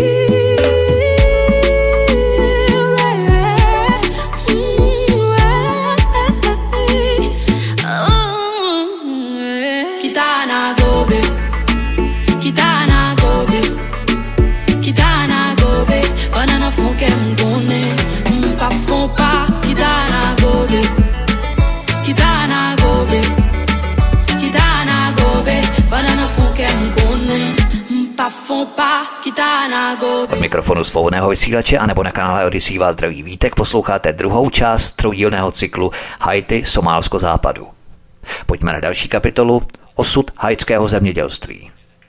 Od mikrofonu Svobodného vysílače a nebo na kanále Odyssey vás zdraví Vítek. Posloucháte druhou část troudílného cyklu Haiti, Somálsko, Západu. Pojďme na další kapitolu. Osud haitského zemědělství.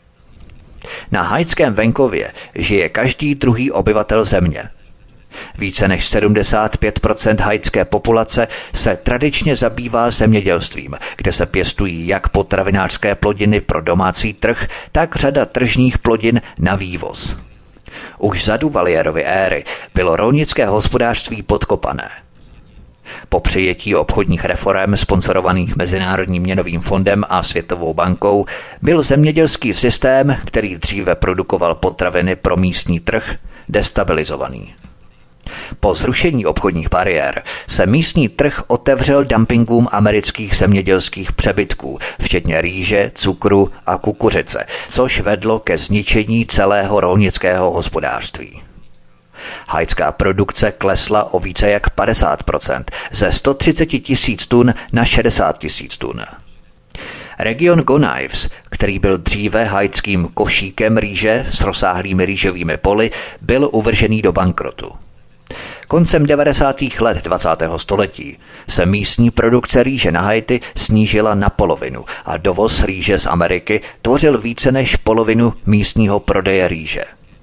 Na haitském venkově žije každý druhý obyvatel země. Více než 75% haitské populace se tradičně zabývá zemědělstvím, kde se pěstují jak potravinářské plodiny pro domácí trh, tak řada tržních plodin na vývoz. Už za Duvalierovy éry bylo rolnické hospodářství podkopané. Po přijetí obchodních reforem sponsorovaných Mezinárodním měnovým fondem a Světovou bankou byl zemědělský systém, který dříve produkoval potraviny pro místní trh, destabilizovaný. Po zrušení obchodních bariér se místní trh otevřel dumpingům amerických zemědělských přebytků, včetně rýže, cukru a kukuřice, což vedlo ke zničení celého rolnického hospodářství. Haitská produkce klesla o více jak 50%, ze 130 000 tun na 60 000 tun. Region Gonaives, který byl dříve haitským košíkem rýže s rozsáhlými rýžovými poli, byl uvržený do bankrotu. Koncem 90. let 20. století se místní produkce rýže na Haiti snížila na polovinu a dovoz rýže z Ameriky tvořil více než polovinu místního prodeje rýže.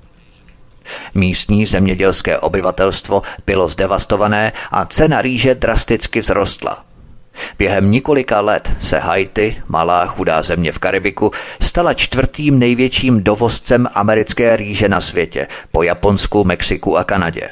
Místní zemědělské obyvatelstvo bylo zdevastované a cena rýže drasticky vzrostla. Během několika let se Haiti, malá chudá země v Karibiku, stala čtvrtým největším dovozcem americké rýže na světě po Japonsku, Mexiku a Kanadě.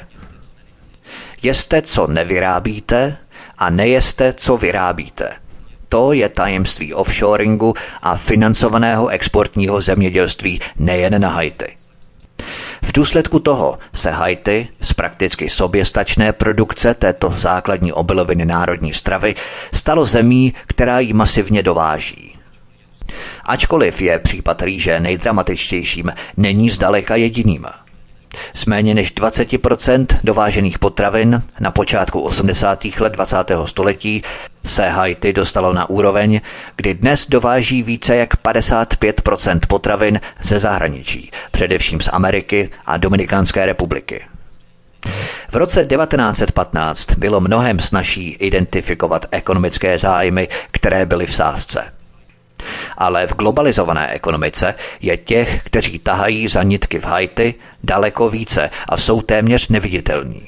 Jeste, co nevyrábíte, a nejeste, co vyrábíte. To je tajemství offshoringu a financovaného exportního zemědělství nejen na Haiti. V důsledku toho se Haiti z prakticky soběstačné produkce této základní obiloviny národní stravy stalo zemí, která ji masivně dováží. Ačkoliv je případ rýže nejdramatičtějším, není zdaleka jediným. Z méně než 20% dovážených potravin na počátku 80. let 20. století se Haiti dostalo na úroveň, kdy dnes dováží více jak 55% potravin ze zahraničí, především z Ameriky a Dominikánské republiky. V roce 1915 bylo mnohem snazší identifikovat ekonomické zájmy, které byly v sázce. Ale v globalizované ekonomice je těch, kteří tahají za nitky v Haiti, daleko více a jsou téměř neviditelní.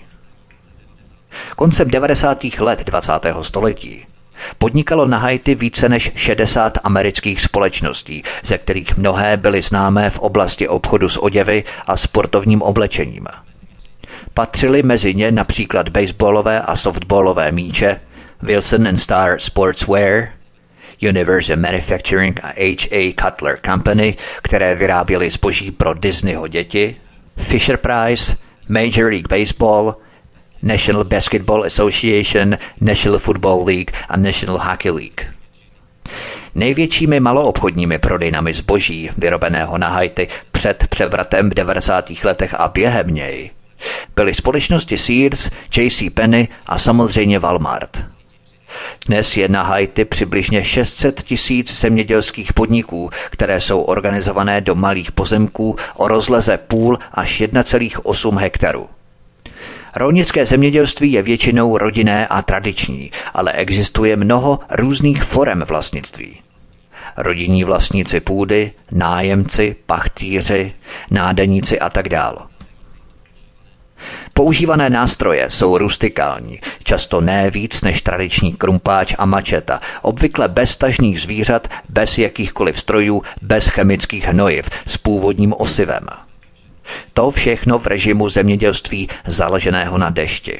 Koncem 90. let 20. století podnikalo na Haiti více než 60 amerických společností, ze kterých mnohé byly známé v oblasti obchodu s oděvy a sportovním oblečením. Patřily mezi ně například baseballové a softballové míče, Wilson and Star Sportswear, Universal Manufacturing a H.A. Cutler Company, které vyráběly zboží pro Disneyho děti, Fisher Price, Major League Baseball, National Basketball Association, National Football League a National Hockey League. Největšími maloobchodními prodejnami zboží vyrobeného na Haiti před převratem v 90. letech a během něj byly společnosti Sears, J.C. Penney a samozřejmě Walmart. Dnes je na Haiti přibližně 600 000 zemědělských podniků, které jsou organizované do malých pozemků o rozleze 0,5 až 1,8 hektaru. Rolnické zemědělství je většinou rodinné a tradiční, ale existuje mnoho různých forem vlastnictví. Rodinní vlastníci půdy, nájemci, pachtýři, nádeníci a tak dále. Používané nástroje jsou rustikální, často ne víc než tradiční krumpáč a mačeta, obvykle bez tažných zvířat, bez jakýchkoliv strojů, bez chemických hnojiv, s původním osivem. To všechno v režimu zemědělství založeného na dešti.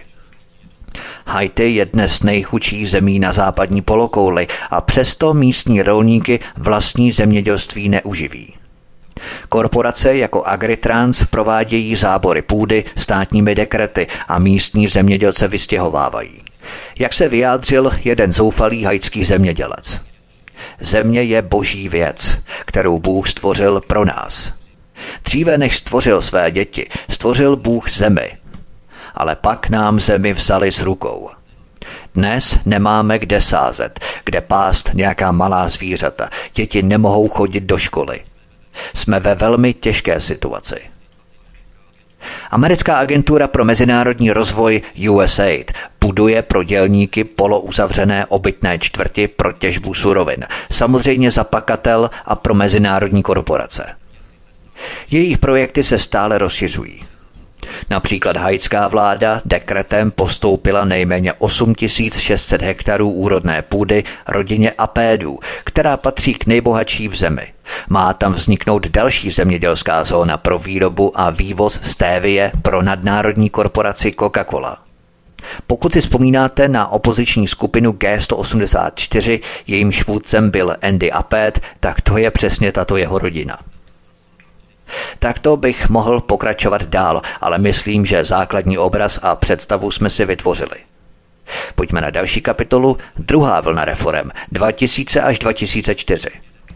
Haiti je dnes nejchudší zemí na západní polokouli a přesto místní rolníky vlastní zemědělství neuživí. Korporace jako Agritrans provádějí zábory půdy státními dekrety a místní zemědělce vystěhovávají. Jak se vyjádřil jeden zoufalý haitský zemědělec. Země je boží věc, kterou Bůh stvořil pro nás. Dříve než stvořil své děti, stvořil Bůh zemi. Ale pak nám zemi vzali z rukou. Dnes nemáme kde sázet, kde pást nějaká malá zvířata. Děti nemohou chodit do školy. Jsme ve velmi těžké situaci. Americká agentura pro mezinárodní rozvoj USAID buduje pro dělníky polouzavřené obytné čtvrti pro těžbu surovin, samozřejmě za pakatel a pro mezinárodní korporace. Jejich projekty se stále rozšiřují. Například haitská vláda dekretem postoupila nejméně 8600 hektarů úrodné půdy rodině Apédů, která patří k nejbohatší v zemi. Má tam vzniknout další zemědělská zóna pro výrobu a vývoz stévie pro nadnárodní korporaci Coca-Cola. Pokud si vzpomínáte na opoziční skupinu G184, jejímž vůdcem byl Andy Apéd, tak to je přesně tato jeho rodina. Takto bych mohl pokračovat dál, ale myslím, že základní obraz a představu jsme si vytvořili. Pojďme na další kapitolu, druhá vlna reforem 2000 až 2004.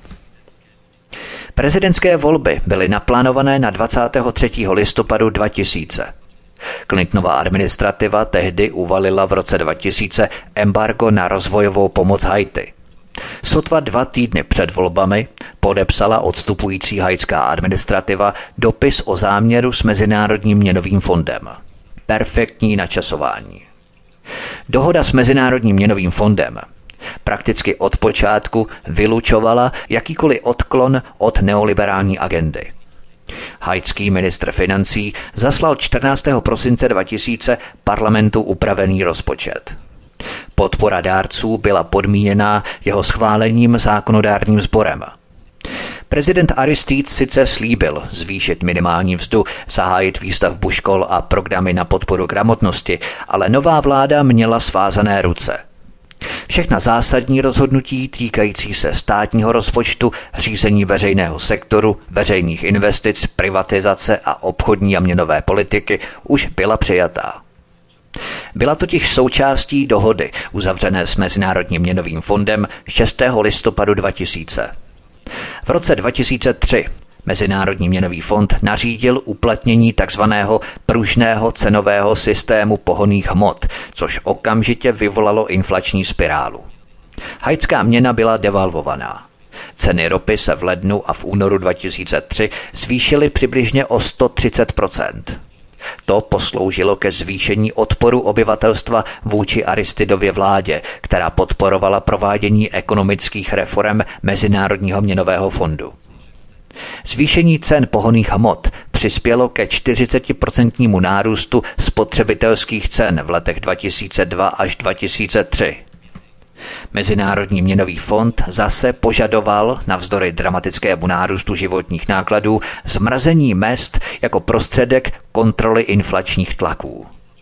Prezidentské volby byly naplánované na 23. listopadu 2000. Clintonova administrativa tehdy uvalila v roce 2000 embargo na rozvojovou pomoc Haiti. Sotva 2 týdny před volbami podepsala odstupující haitská administrativa dopis o záměru s Mezinárodním měnovým fondem. Perfektní načasování. Dohoda s Mezinárodním měnovým fondem prakticky od počátku vylučovala jakýkoliv odklon od neoliberální agendy. Haitský ministr financí zaslal 14. prosince 2000 parlamentu upravený rozpočet. Podpora dárců byla podmíněná jeho schválením zákonodárním sborem. Prezident Aristide sice slíbil zvýšit minimální mzdu, zahájit výstavbu škol a programy na podporu gramotnosti, ale nová vláda měla svázané ruce. Všechna zásadní rozhodnutí týkající se státního rozpočtu, řízení veřejného sektoru, veřejných investic, privatizace a obchodní a měnové politiky už byla přijatá. Byla totiž součástí dohody uzavřené s Mezinárodním měnovým fondem 6. listopadu 2000. V roce 2003 Mezinárodní měnový fond nařídil uplatnění tzv. Pružného cenového systému pohonných hmot, což okamžitě vyvolalo inflační spirálu. Haitská měna byla devalvovaná. Ceny ropy se v lednu a v únoru 2003 zvýšily přibližně o 130%. To posloužilo ke zvýšení odporu obyvatelstva vůči Aristidově vládě, která podporovala provádění ekonomických reforem Mezinárodního měnového fondu. Zvýšení cen pohonných hmot přispělo ke 40% nárůstu spotřebitelských cen v letech 2002 až 2003. Mezinárodní měnový fond zase požadoval, navzdory dramatickému nárůstu životních nákladů, zmrazení mezd jako prostředek kontroly inflačních tlaků.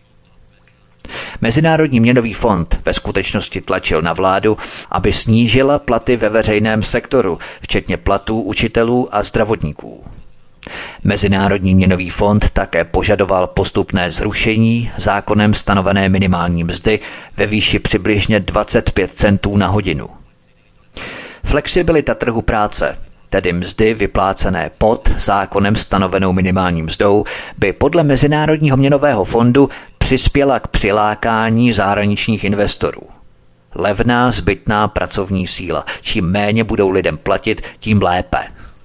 Mezinárodní měnový fond ve skutečnosti tlačil na vládu, aby snížila platy ve veřejném sektoru, včetně platů učitelů a zdravotníků. Mezinárodní měnový fond také požadoval postupné zrušení zákonem stanovené minimální mzdy ve výši přibližně 25 centů na hodinu. Flexibilita trhu práce, tedy mzdy vyplácené pod zákonem stanovenou minimální mzdou, by podle Mezinárodního měnového fondu přispěla k přilákání zahraničních investorů. Levná zbytná pracovní síla. Čím méně budou lidem platit, tím lépe.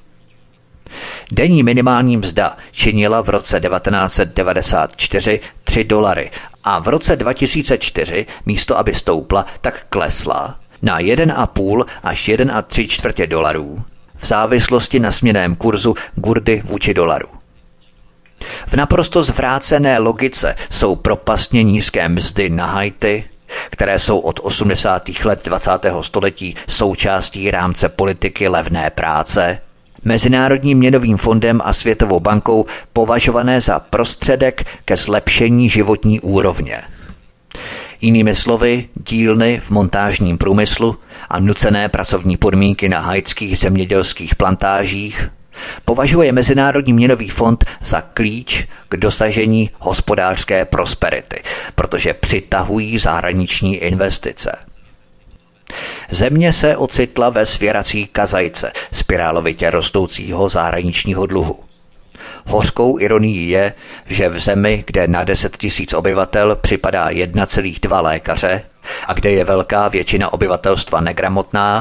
Denní minimální mzda činila v roce 1994 $3 a v roce 2004 místo aby stoupla, tak klesla na 1,5 až 1,75 dolarů v závislosti na směnném kurzu kurdy vůči dolaru. V naprosto zvrácené logice jsou propastně nízké mzdy na Haiti, které jsou od 80. let 20. století součástí rámce politiky levné práce, Mezinárodním měnovým fondem a Světovou bankou považované za prostředek ke zlepšení životní úrovně. Jinými slovy, dílny v montážním průmyslu a nucené pracovní podmínky na haitských zemědělských plantážích považuje Mezinárodní měnový fond za klíč k dosažení hospodářské prosperity, protože přitahují zahraniční investice. Země se ocitla ve svěrací kazajce spirálovitě rostoucího zahraničního dluhu. Hořkou ironií je, že v zemi, kde na 10 000 obyvatel připadá 1,2 lékaře a kde je velká většina obyvatelstva negramotná,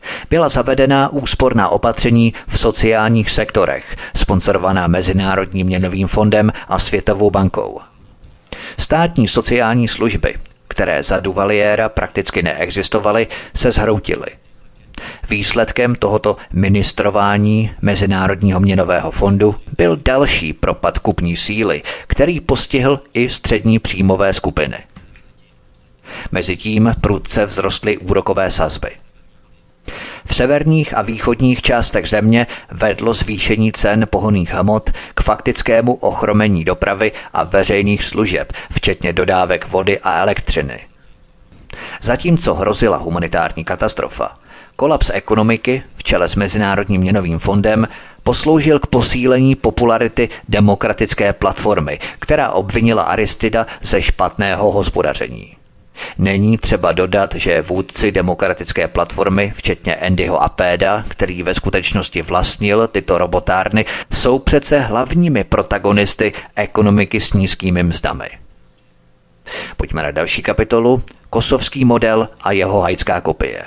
Byla zavedena úsporná opatření v sociálních sektorech, sponzorovaná Mezinárodním měnovým fondem a Světovou bankou. Státní sociální služby, které za Duvaliera prakticky neexistovaly, se zhroutily. Výsledkem tohoto ministrování Mezinárodního měnového fondu byl další propad kupní síly, který postihl i střední příjmové skupiny. Mezitím prudce vzrostly úrokové sazby. V severních a východních částech země vedlo zvýšení cen pohonných hmot k faktickému ochromení dopravy a veřejných služeb, včetně dodávek vody a elektřiny. Zatímco hrozila humanitární katastrofa, kolaps ekonomiky v čele s Mezinárodním měnovým fondem posloužil k posílení popularity Demokratické platformy, která obvinila Aristida ze špatného hospodaření. Není třeba dodat, že vůdci Demokratické platformy, včetně Andyho Apeda, který ve skutečnosti vlastnil tyto robotárny, jsou přece hlavními protagonisty ekonomiky s nízkými mzdami. Pojďme na další kapitolu, kosovský model a jeho haitská kopie.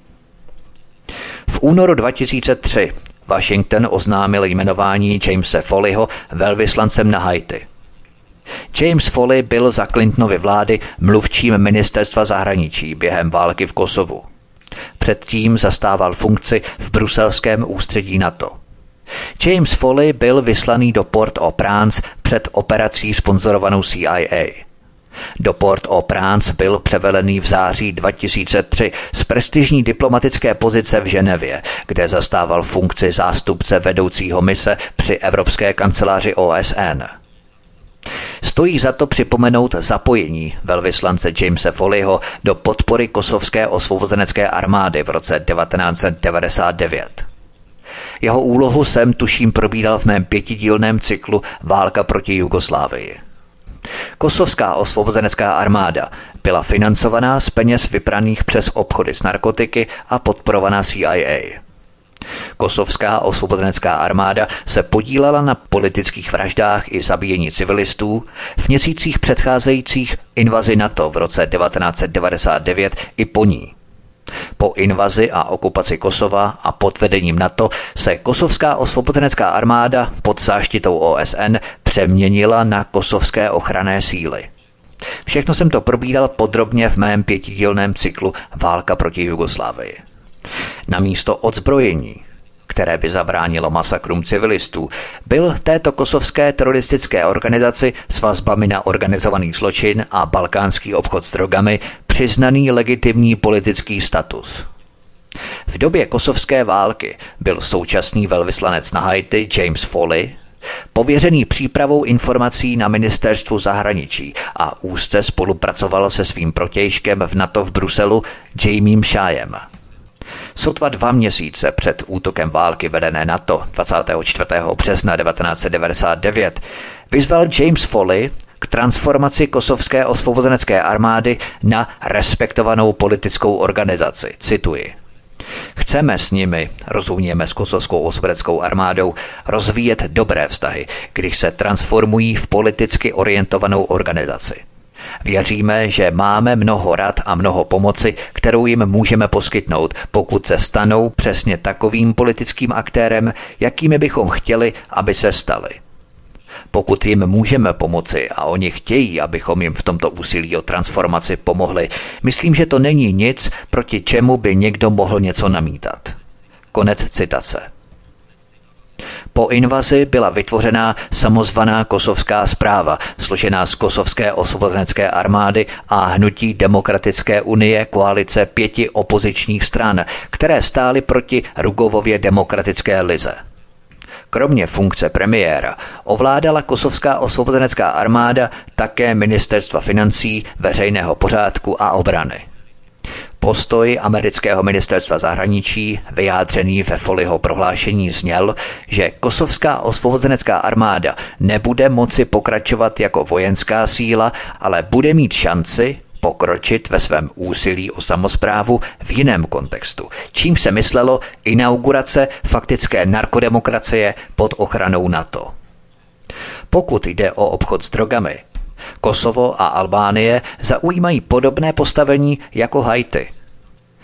V únoru 2003 Washington oznámil jmenování Jamese Foleyho velvyslancem na Haiti. James Foley byl za Clintonovy vlády mluvčím ministerstva zahraničí během války v Kosovu. Předtím zastával funkci v bruselském ústředí NATO. James Foley byl vyslaný do Port-au-Prince před operací sponzorovanou CIA. Do Port-au-Prince byl převelený v září 2003 z prestižní diplomatické pozice v Ženevě, kde zastával funkci zástupce vedoucího mise při Evropské kanceláři OSN. Stojí za to připomenout zapojení velvyslance Jamese Foleyho do podpory kosovské osvobozenecké armády v roce 1999. Jeho úlohu jsem tuším probíral v mém 5dílném cyklu Válka proti Jugoslávii. Kosovská osvobozenecká armáda byla financovaná z peněz vypraných přes obchody s narkotiky a podporovaná CIA. Kosovská osvobozenecká armáda se podílela na politických vraždách i zabíjení civilistů v měsících předcházejících invazi NATO v roce 1999 i po ní. Po invazi a okupaci Kosova a pod vedením NATO se kosovská osvobozenecká armáda pod záštitou OSN přeměnila na kosovské ochranné síly. Všechno jsem to probíral podrobně v mém 5dílném cyklu Válka proti Jugoslávii. Namísto odzbrojení, které by zabránilo masakrům civilistů, byl této kosovské teroristické organizaci s vazbami na organizovaný zločin a balkánský obchod s drogami přiznaný legitimní politický status. V době kosovské války byl současný velvyslanec na Haiti James Foley pověřený přípravou informací na ministerstvu zahraničí a úzce spolupracoval se svým protějškem v NATO v Bruselu Jamiem Shayem. Sotva 2 měsíce před útokem války vedené NATO 24. března 1999 vyzval James Foley k transformaci kosovské osvobozenecké armády na respektovanou politickou organizaci. Cituji. Chceme s nimi, rozumějme s kosovskou osvobozeneckou armádou, rozvíjet dobré vztahy, když se transformují v politicky orientovanou organizaci. Věříme, že máme mnoho rad a mnoho pomoci, kterou jim můžeme poskytnout, pokud se stanou přesně takovým politickým aktérem, jakými bychom chtěli, aby se stali. Pokud jim můžeme pomoci a oni chtějí, abychom jim v tomto úsilí o transformaci pomohli, myslím, že to není nic, proti čemu by někdo mohl něco namítat. Konec citace. Po invazi byla vytvořena samozvaná kosovská správa, složená z kosovské osvobozenecké armády a hnutí Demokratické unie koalice 5 opozičních stran, které stály proti Rugovově demokratické lize. Kromě funkce premiéra ovládala kosovská osvobozenecká armáda také ministerstva financí, veřejného pořádku a obrany. Postoj amerického ministerstva zahraničí, vyjádřený ve Foleyho prohlášení, zněl, že kosovská osvobozenecká armáda nebude moci pokračovat jako vojenská síla, ale bude mít šanci pokročit ve svém úsilí o samosprávu v jiném kontextu, čím se myslelo inaugurace faktické narkodemokracie pod ochranou NATO. Pokud jde o obchod s drogami, Kosovo a Albánie zaujímají podobné postavení jako Haiti.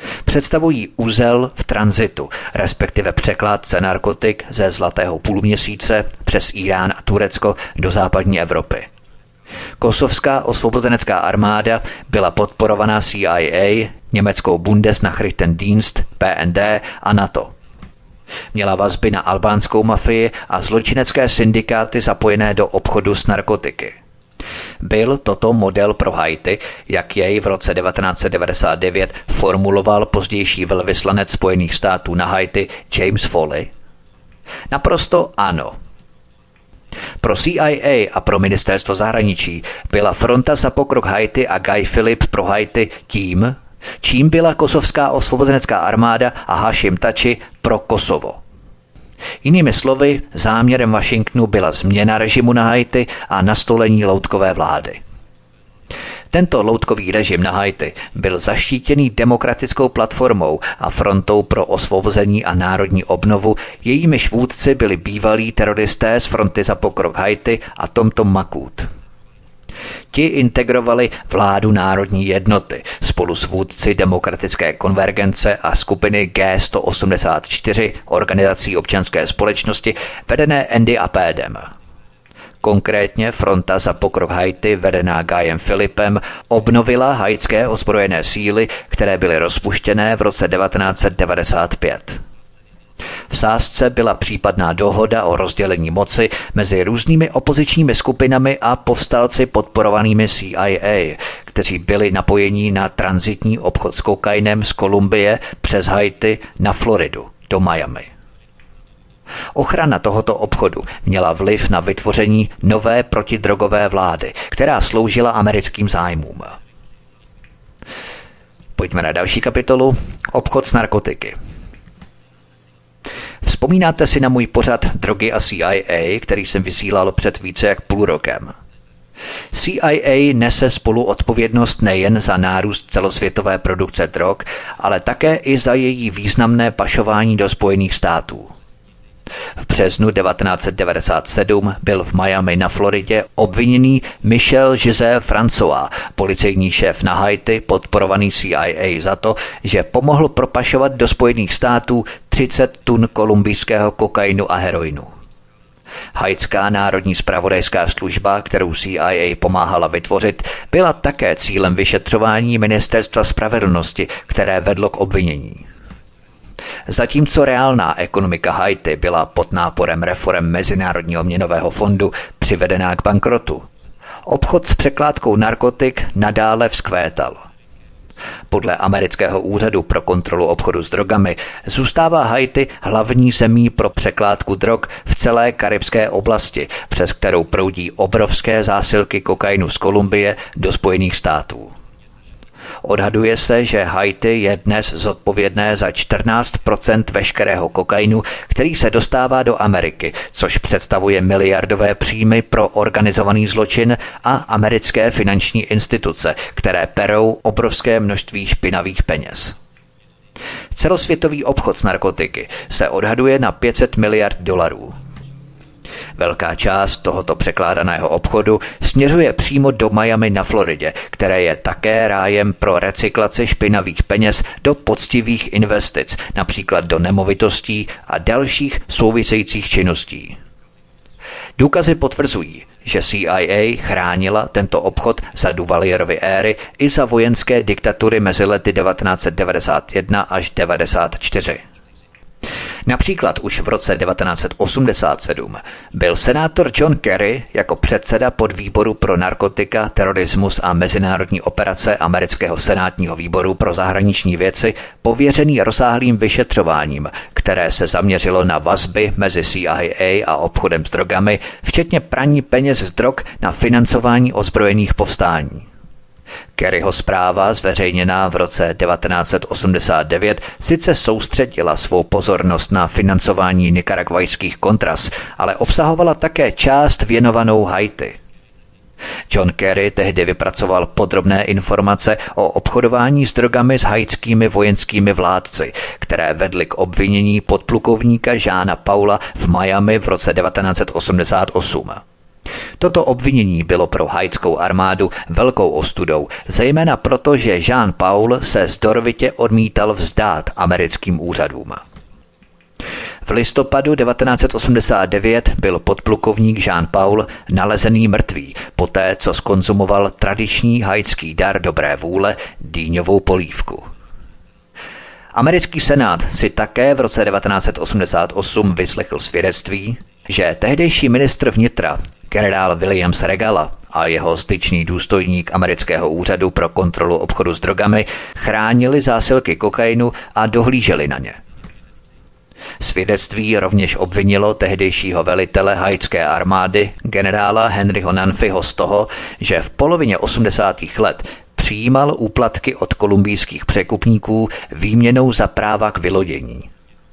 Představují uzel v tranzitu, respektive překládce narkotik ze Zlatého půlměsíce přes Irán a Turecko do západní Evropy. Kosovská osvobozenecká armáda byla podporovaná CIA, německou Bundesnachrichtendienst, BND a NATO. Měla vazby na albánskou mafii a zločinecké syndikáty zapojené do obchodu s narkotiky. Byl toto model pro Haiti, jak jej v roce 1999 formuloval pozdější velvyslanec Spojených států na Haiti James Foley? Naprosto ano. Pro CIA a pro ministerstvo zahraničí byla Fronta za pokrok Haiti a Guy Philips pro Haiti tím, čím byla kosovská osvobozenecká armáda a Hašim Tači pro Kosovo. Jinými slovy, záměrem Washingtonu byla změna režimu na Haiti a nastolení loutkové vlády. Tento loutkový režim na Haiti byl zaštítěný demokratickou platformou a Frontou pro osvobození a národní obnovu, jejímiž vůdci byli bývalí teroristé z Fronty za pokrok Haiti a Tomtom Makut. Ti integrovali vládu národní jednoty spolu s vůdci demokratické konvergence a skupiny G184 organizací občanské společnosti vedené Andy Apedem. Konkrétně Fronta za pokrok Haiti, vedená Guyem Philipem, obnovila haitské ozbrojené síly, které byly rozpuštěné v roce 1995. V sázce byla případná dohoda o rozdělení moci mezi různými opozičními skupinami a povstalci podporovanými CIA, kteří byli napojení na tranzitní obchod s kokainem z Kolumbie přes Haiti na Floridu do Miami. Ochrana tohoto obchodu měla vliv na vytvoření nové protidrogové vlády, která sloužila americkým zájmům. Pojďme na další kapitolu. Obchod s narkotiky. Vzpomínáte si na můj pořad Drogy a CIA, který jsem vysílal před více jak půl rokem? CIA nese spolu odpovědnost nejen za nárůst celosvětové produkce drog, ale také i za její významné pašování do Spojených států. V březnu 1997 byl v Miami na Floridě obviněný Michel José François, policejní šéf na Haiti, podporovaný CIA za to, že pomohl propašovat do Spojených států 30 tun kolumbijského kokainu a heroinu. Haitská národní zpravodajská služba, kterou CIA pomáhala vytvořit, byla také cílem vyšetřování Ministerstva spravedlnosti, které vedlo k obvinění. Zatímco reálná ekonomika Haiti byla pod náporem reforem Mezinárodního měnového fondu přivedená k bankrotu, obchod s překládkou narkotik nadále vzkvétal. Podle amerického úřadu pro kontrolu obchodu s drogami zůstává Haiti hlavní zemí pro překládku drog v celé karibské oblasti, přes kterou proudí obrovské zásilky kokainu z Kolumbie do Spojených států. Odhaduje se, že Haiti je dnes zodpovědné za 14% veškerého kokainu, který se dostává do Ameriky, což představuje miliardové příjmy pro organizovaný zločin a americké finanční instituce, které perou obrovské množství špinavých peněz. Celosvětový obchod s narkotiky se odhaduje na $500 miliard. Velká část tohoto překládaného obchodu směřuje přímo do Miami na Floridě, které je také rájem pro recyklaci špinavých peněz do poctivých investic, například do nemovitostí a dalších souvisejících činností. Důkazy potvrzují, že CIA chránila tento obchod za Duvalierovy éry i za vojenské diktatury mezi lety 1991 až 1994. Například už v roce 1987 byl senátor John Kerry jako předseda podvýboru pro narkotika, terorismus a mezinárodní operace amerického senátního výboru pro zahraniční věci pověřený rozsáhlým vyšetřováním, které se zaměřilo na vazby mezi CIA a obchodem s drogami, včetně praní peněz z drog na financování ozbrojených povstání. Kerryho zpráva, zveřejněná v roce 1989, sice soustředila svou pozornost na financování nikaragvajských kontras, ale obsahovala také část věnovanou Haiti. John Kerry tehdy vypracoval podrobné informace o obchodování s drogami s haitskými vojenskými vládci, které vedly k obvinění podplukovníka Jeana Paula v Miami v roce 1988. Toto obvinění bylo pro haitskou armádu velkou ostudou, zejména proto, že Jean Paul se zdorovitě odmítal vzdát americkým úřadům. V listopadu 1989 byl podplukovník Jean Paul nalezený mrtvý, poté co zkonzumoval tradiční haitský dar dobré vůle, dýňovou polívku. Americký senát si také v roce 1988 vyslechl svědectví, že tehdejší ministr vnitra generál Williams Regala a jeho styčný důstojník amerického úřadu pro kontrolu obchodu s drogami chránili zásilky kokainu a dohlíželi na ně. Svědectví rovněž obvinilo tehdejšího velitele haitské armády generála Henryho Nanfiho z toho, že v polovině 80. let přijímal úplatky od kolumbijských překupníků výměnou za práva k vylodění.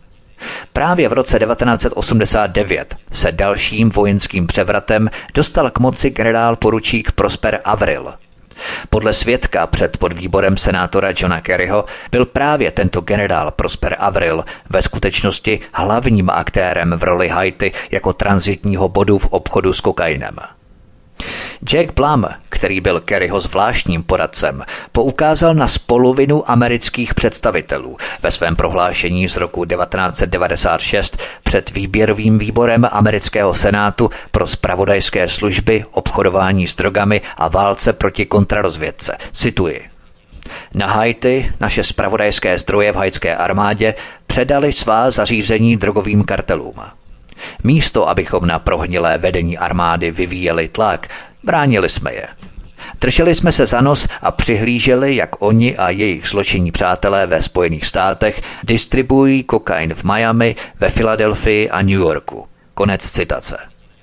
Právě v roce 1989 se dalším vojenským převratem dostal k moci generál poručík Prosper Avril. Podle svědka před podvýborem senátora Johna Kerryho byl právě tento generál Prosper Avril ve skutečnosti hlavním aktérem v roli Haiti jako tranzitního bodu v obchodu s kokainem. Jack Plum, který byl Kerryho zvláštním poradcem, poukázal na spoluvinu amerických představitelů ve svém prohlášení z roku 1996 před výběrovým výborem amerického senátu pro zpravodajské služby, obchodování s drogami a válce proti kontrarozvědce. Cituji. Na Haiti naše zpravodajské zdroje v haitské armádě předali svá zařízení drogovým kartelům. Místo, abychom na prohnilé vedení armády vyvíjeli tlak, bránili jsme je. Drželi jsme se za nos a přihlíželi, jak oni a jejich zločinní přátelé ve Spojených státech distribuují kokain v Miami, ve Filadelfii a New Yorku. Konec citace.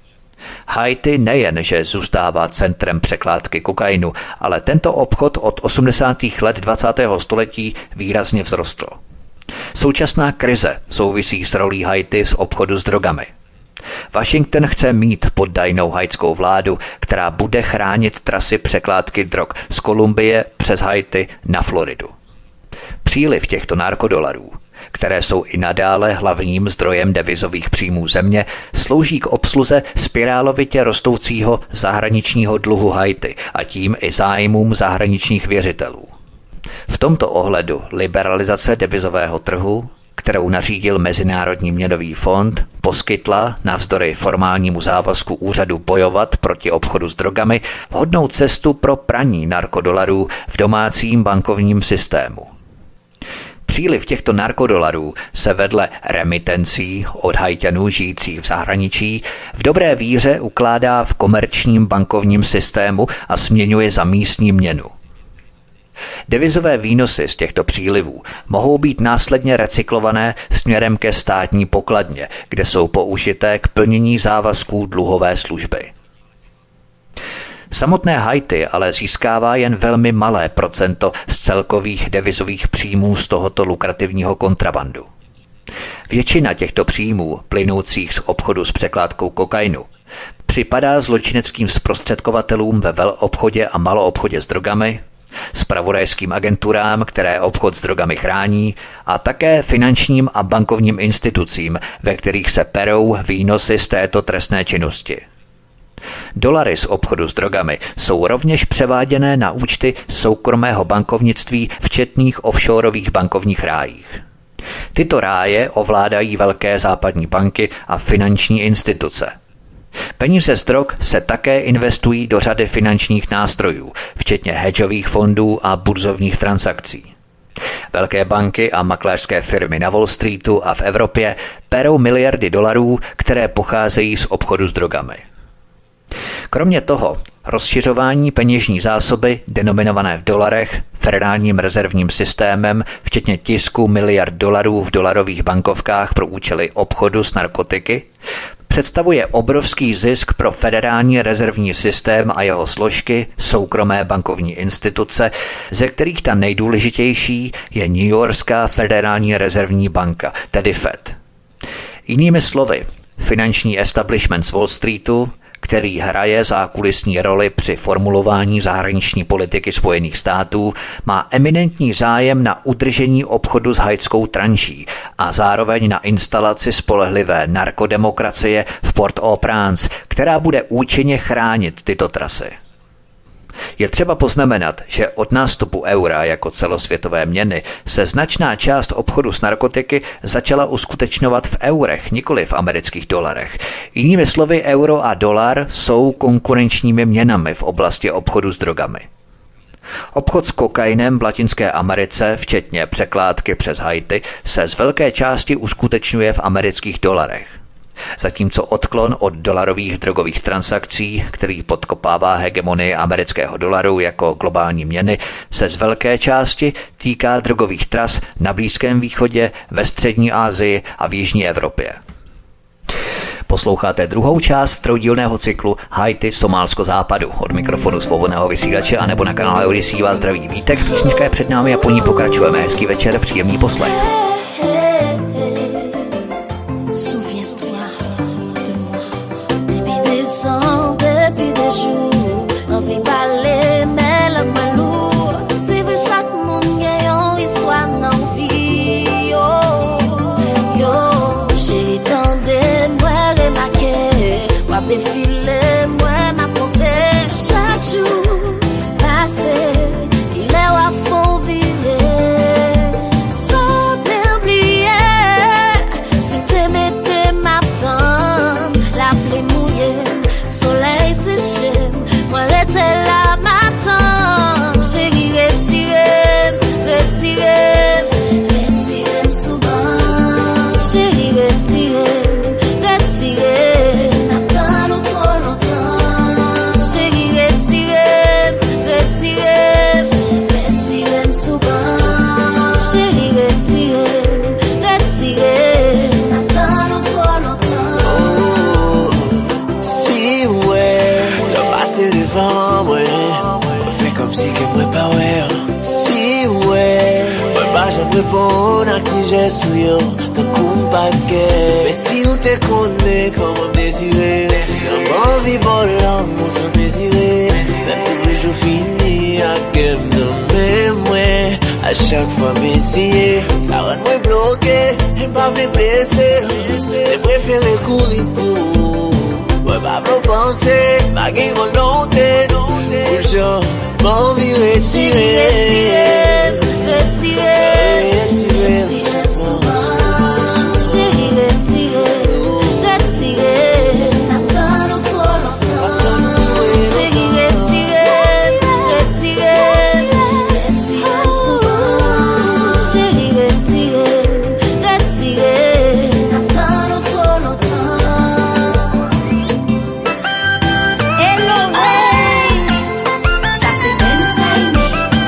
Haiti nejen, že zůstává centrem překládky kokainu, ale tento obchod od 80. let 20. století výrazně vzrostl. Současná krize souvisí s rolí Haiti z obchodu s drogami. Washington chce mít poddajnou haitskou vládu, která bude chránit trasy překládky drog z Kolumbie přes Haiti na Floridu. Příliv těchto narkodolarů, které jsou i nadále hlavním zdrojem devizových příjmů země, slouží k obsluze spirálovitě rostoucího zahraničního dluhu Haiti a tím i zájmům zahraničních věřitelů. V tomto ohledu liberalizace devizového trhu, kterou nařídil Mezinárodní měnový fond, poskytla, navzdory formálnímu závazku úřadu bojovat proti obchodu s drogami, vhodnou cestu pro praní narkodolarů v domácím bankovním systému. Příliv těchto narkodolarů se vedle remitencí od Haiťanů žijících v zahraničí v dobré víře ukládá v komerčním bankovním systému a směňuje za místní měnu. Devizové výnosy z těchto přílivů mohou být následně recyklované směrem ke státní pokladně, kde jsou použité k plnění závazků dluhové služby. Samotné Haiti ale získává jen velmi malé procento z celkových devizových příjmů z tohoto lukrativního kontrabandu. Většina těchto příjmů, plynoucích z obchodu s překládkou kokainu, připadá zločineckým zprostředkovatelům ve velobchodě a maloobchodě s drogami, zpravodajským agenturám, které obchod s drogami chrání, a také finančním a bankovním institucím, ve kterých se perou výnosy z této trestné činnosti. Dolary z obchodu s drogami jsou rovněž převáděné na účty soukromého bankovnictví v četných offshoreových bankovních rájích. Tyto ráje ovládají velké západní banky a finanční instituce. Peníze z drog se také investují do řady finančních nástrojů, včetně hedžových fondů a burzovních transakcí. Velké banky a makléřské firmy na Wall Streetu a v Evropě perou miliardy dolarů, které pocházejí z obchodu s drogami. Kromě toho, rozšiřování peněžní zásoby, denominované v dolarech, federálním rezervním systémem, včetně tisku miliard dolarů v dolarových bankovkách pro účely obchodu s narkotiky, představuje obrovský zisk pro federální rezervní systém a jeho složky, soukromé bankovní instituce, ze kterých ta nejdůležitější je New Yorkská federální rezervní banka, tedy Fed. Jinými slovy, finanční establishment z Wall Streetu, který hraje zákulisní roli při formulování zahraniční politiky Spojených států, má eminentní zájem na udržení obchodu s haitskou tranší a zároveň na instalaci spolehlivé narkodemokracie v Port-au-Prince, která bude účinně chránit tyto trasy. Je třeba poznamenat, že od nástupu eura jako celosvětové měny se značná část obchodu s narkotiky začala uskutečňovat v eurech, nikoli v amerických dolarech. Jinými slovy, euro a dolar jsou konkurenčními měnami v oblasti obchodu s drogami. Obchod s kokainem v Latinské Americe, včetně překládky přes Haiti, se z velké části uskutečňuje v amerických dolarech. Zatímco odklon od dolarových drogových transakcí, který podkopává hegemonii amerického dolaru jako globální měny, se z velké části týká drogových tras na Blízkém východě, ve střední Asii a v jižní Evropě. Posloucháte druhou část trojdílného cyklu Haiti, Somálsko, Západu. Od mikrofonu svobodného vysílače a nebo na kanále Odyssey vás zdraví Vítek. Písnička je před námi a po ní pokračujeme. Hezký večer, příjemný poslech. Défilé, moi m'apporter chaque jour passé, il est à fond virer, sans oublier, si t'aimais ma tante, la pluie mouillée, soleil séché, moi j'étais là ma tante, chérie retirez, retirez, retirez souvent, chérie retirez, retirez. Répondre à ti j'ai souillé de coup paquet. Mais si on te connaît comme désiré, comment vivre l'amour sans désirer. Même tous les jours finis à game de mémoire. À chaque fois m'essayer, ça rend moi bloqué. Et pas fait blesser. J'ai préféré courir pour. Ouais, pas trop penser. Ma gueule volonté. Pour genre, m'envie retirer. Retirez, retirez souvent, chérie, retirez, retirez, n'attendons trop longtemps, chérie, retirez, retirez, retirez souvent, chérie, retirez, retirez, n'attendons trop longtemps. Hello, hey, ça c'est Ben Stein.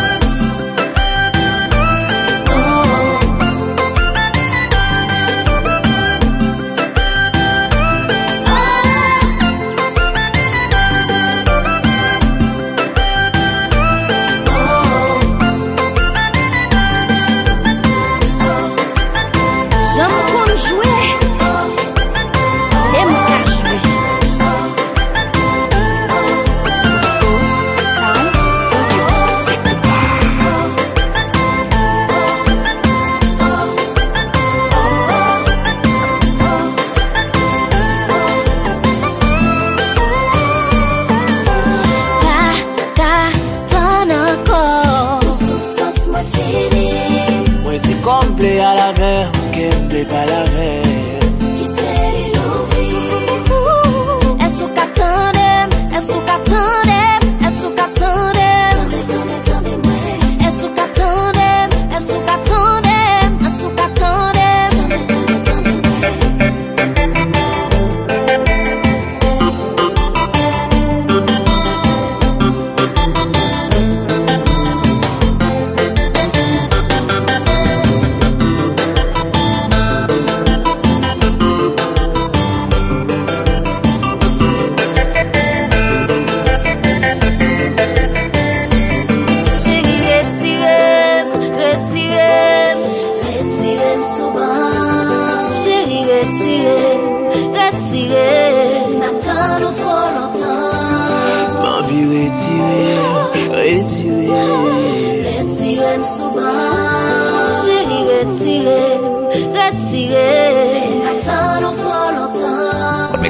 Complet à la veille, complet pas la veille.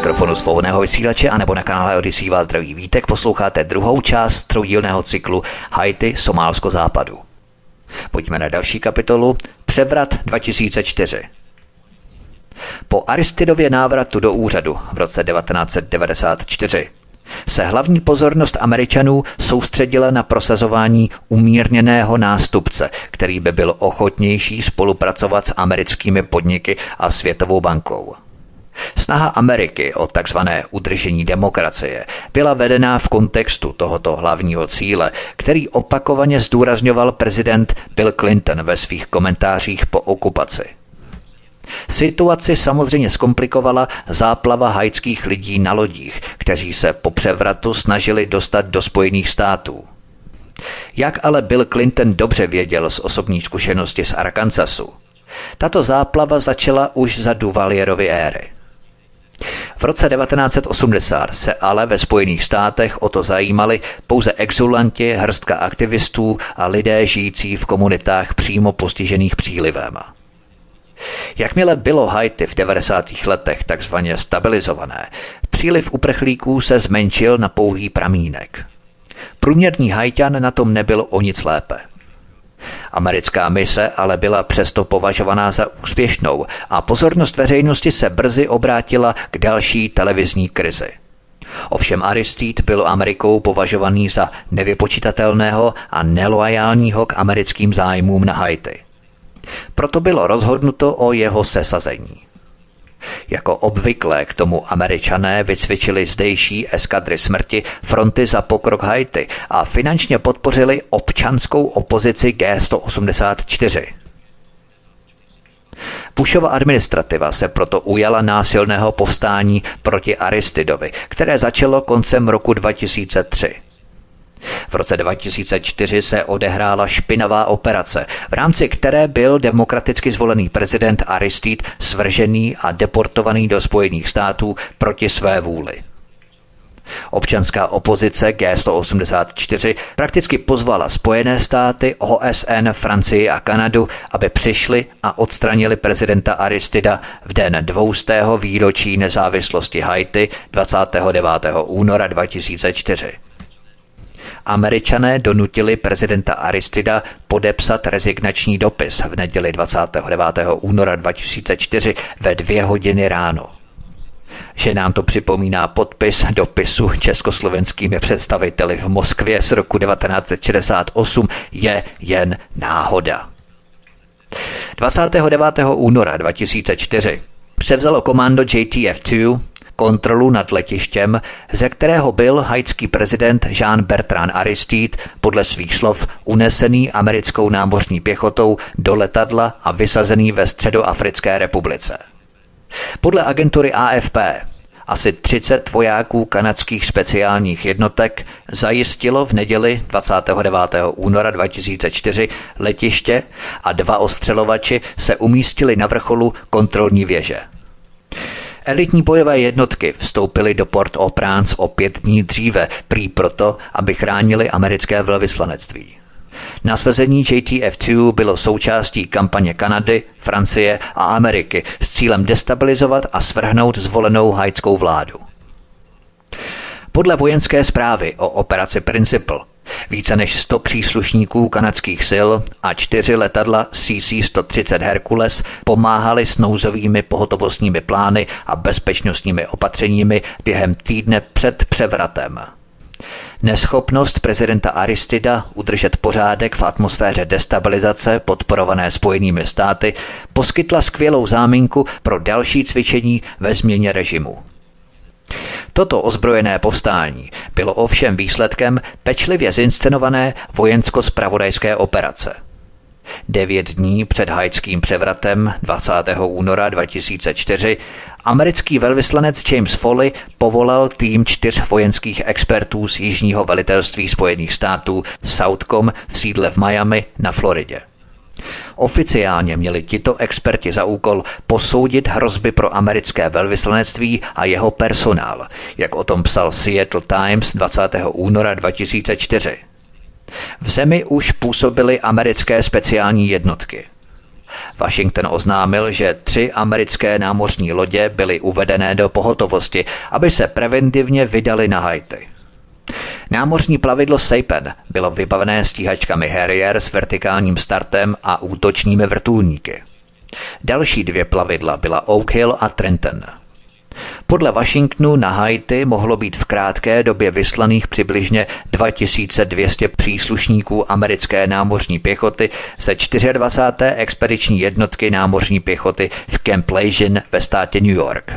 mikrofonu svobodného vysílače anebo na kanále Odyssey vás zdraví Vítek. Posloucháte druhou část troudílného cyklu Haiti, Somálsko západu. Pojďme na další kapitolu. Převrat 2004. Po Aristidově návratu do úřadu v roce 1994 se hlavní pozornost Američanů soustředila na prosazování umírněného nástupce, který by byl ochotnější spolupracovat s americkými podniky a Světovou bankou. Snaha Ameriky o takzvané udržení demokracie byla vedená v kontextu tohoto hlavního cíle, který opakovaně zdůrazňoval prezident Bill Clinton ve svých komentářích po okupaci. Situaci samozřejmě zkomplikovala záplava haitských lidí na lodích, kteří se po převratu snažili dostat do Spojených států. Jak ale Bill Clinton dobře věděl z osobní zkušenosti z Arkansasu, tato záplava začala už za Duvalierovy éry. V roce 1980 se ale ve Spojených státech o to zajímali pouze exulanti, hrstka aktivistů a lidé žijící v komunitách přímo postižených přílivem. Jakmile bylo Haiti v 90. letech takzvaně stabilizované, příliv uprchlíků se zmenšil na pouhý pramínek. Průměrný Haitian na tom nebyl o nic lépe. Americká mise ale byla přesto považovaná za úspěšnou a pozornost veřejnosti se brzy obrátila k další televizní krizi. Ovšem Aristide byl Amerikou považovaný za nevypočitatelného a neloajálního k americkým zájmům na Haiti. Proto bylo rozhodnuto o jeho sesazení. Jako obvykle k tomu Američané vycvičili zdejší eskadry smrti Fronty za pokrok Haiti a finančně podpořili občanskou opozici G184. Bushova administrativa se proto ujala násilného povstání proti Aristidovi, které začalo koncem roku 2003. V roce 2004 se odehrála špinavá operace, v rámci které byl demokraticky zvolený prezident Aristide svržený a deportovaný do Spojených států proti své vůli. Občanská opozice G184 prakticky pozvala Spojené státy, OSN, Francii a Kanadu, aby přišli a odstranili prezidenta Aristida v den 200. výročí nezávislosti Haiti 29. února 2004. Američané donutili prezidenta Aristida podepsat rezignační dopis v neděli 29. února 2004 ve 2 hodiny ráno. Že nám to připomíná podpis dopisu československými představiteli v Moskvě z roku 1968, je jen náhoda. 29. února 2004 převzalo komando JTF-2 kontrolu nad letištěm, ze kterého byl haitský prezident Jean-Bertrand Aristide podle svých slov unesený americkou námořní pěchotou do letadla a vysazený ve Středoafrické republice. Podle agentury AFP asi 30 vojáků kanadských speciálních jednotek zajistilo v neděli 29. února 2004 letiště a 2 ostřelovači se umístili na vrcholu kontrolní věže. Elitní bojové jednotky vstoupily do Port-au-Prince o 5 dní dříve, prý proto, aby chránili americké velvyslanectví. Nasazení JTF-2 bylo součástí kampaně Kanady, Francie a Ameriky s cílem destabilizovat a svrhnout zvolenou haitskou vládu. Podle vojenské zprávy o operaci Principal více než 100 příslušníků kanadských sil a 4 letadla CC-130 Hercules pomáhali s nouzovými pohotovostními plány a bezpečnostními opatřeními během týdne před převratem. Neschopnost prezidenta Aristida udržet pořádek v atmosféře destabilizace podporované Spojenými státy poskytla skvělou záminku pro další cvičení ve změně režimu. Toto ozbrojené povstání bylo ovšem výsledkem pečlivě zinscenované vojensko-zpravodajské operace. 9 dní před haitským převratem 20. února 2004 americký velvyslanec James Foley povolal tým 4 vojenských expertů z Jižního velitelství Spojených států Southcom v sídle v Miami na Floridě. Oficiálně měli tito experti za úkol posoudit hrozby pro americké velvyslanectví a jeho personál, jak o tom psal Seattle Times 20. února 2004. V zemi už působily americké speciální jednotky. Washington oznámil, že 3 americké námořní lodě byly uvedené do pohotovosti, aby se preventivně vydali na Haiti. Námořní plavidlo Saipan bylo vybavené stíhačkami Harrier s vertikálním startem a útočnými vrtulníky. Další 2 plavidla byla Oak Hill a Trenton. Podle Washingtonu na Haiti mohlo být v krátké době vyslaných přibližně 2200 příslušníků americké námořní pěchoty ze 24. expediční jednotky námořní pěchoty v Camp Lejeune ve státě New York.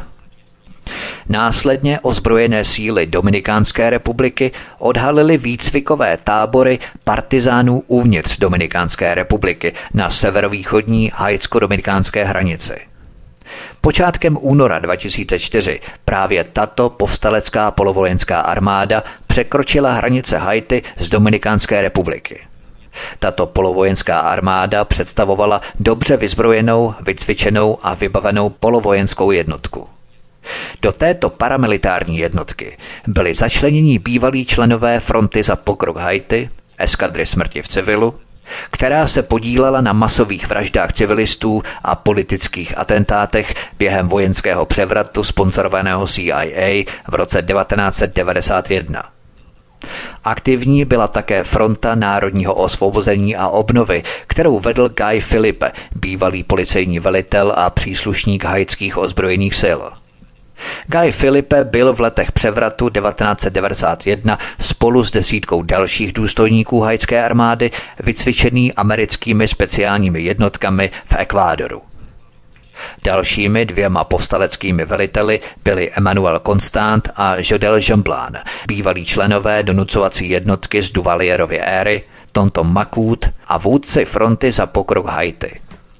Následně ozbrojené síly Dominikánské republiky odhalily výcvikové tábory partizánů uvnitř Dominikánské republiky na severovýchodní haitsko-dominikánské hranici. Počátkem února 2004 právě tato povstalecká polovojenská armáda překročila hranice Haiti z Dominikánské republiky. Tato polovojenská armáda představovala dobře vyzbrojenou, vycvičenou a vybavenou polovojenskou jednotku. Do této paramilitární jednotky byli začleněni bývalí členové Fronty za pokrok Haiti, eskadry smrti v civilu, která se podílela na masových vraždách civilistů a politických atentátech během vojenského převratu sponzorovaného CIA v roce 1991. Aktivní byla také Fronta národního osvobození a obnovy, kterou vedl Guy Philippe, bývalý policejní velitel a příslušník haitských ozbrojených sil. Guy Philippe byl v letech převratu 1991 spolu s 10 dalších důstojníků haitské armády vycvičený americkými speciálními jednotkami v Ekvádoru. Dalšími 2 povstaleckými veliteli byli Emmanuel Constant a Jodel Jamblan, bývalí členové donucovací jednotky z Duvalierovy éry, Tonton Macoute a vůdci Fronty za pokrok Haiti.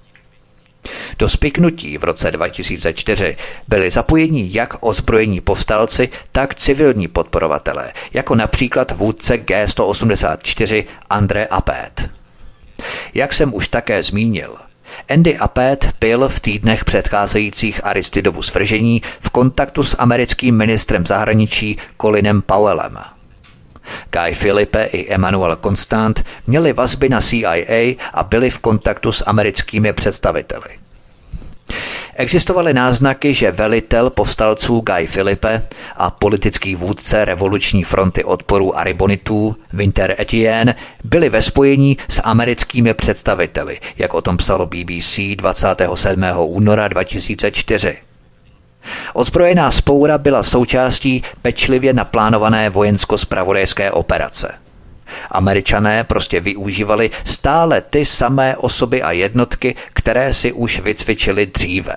Do spiknutí v roce 2004 byli zapojeni jak ozbrojení povstalci, tak civilní podporovatelé, jako například vůdce G184 André Apet. Jak jsem už také zmínil, Andy Apet byl v týdnech předcházejících Aristidovu svržení v kontaktu s americkým ministrem zahraničí Colinem Powellem. Guy Philippe i Emmanuel Constant měli vazby na CIA a byli v kontaktu s americkými představiteli. Existovaly náznaky, že velitel povstalců Guy Philippe a politický vůdce revoluční fronty odporu Aribonitů Winter Etienne byli ve spojení s americkými představiteli, jak o tom psalo BBC 27. února 2004. Ozbrojená vzpoura byla součástí pečlivě naplánované vojensko-zpravodajské operace. Američané prostě využívali stále ty samé osoby a jednotky, které si už vycvičili dříve.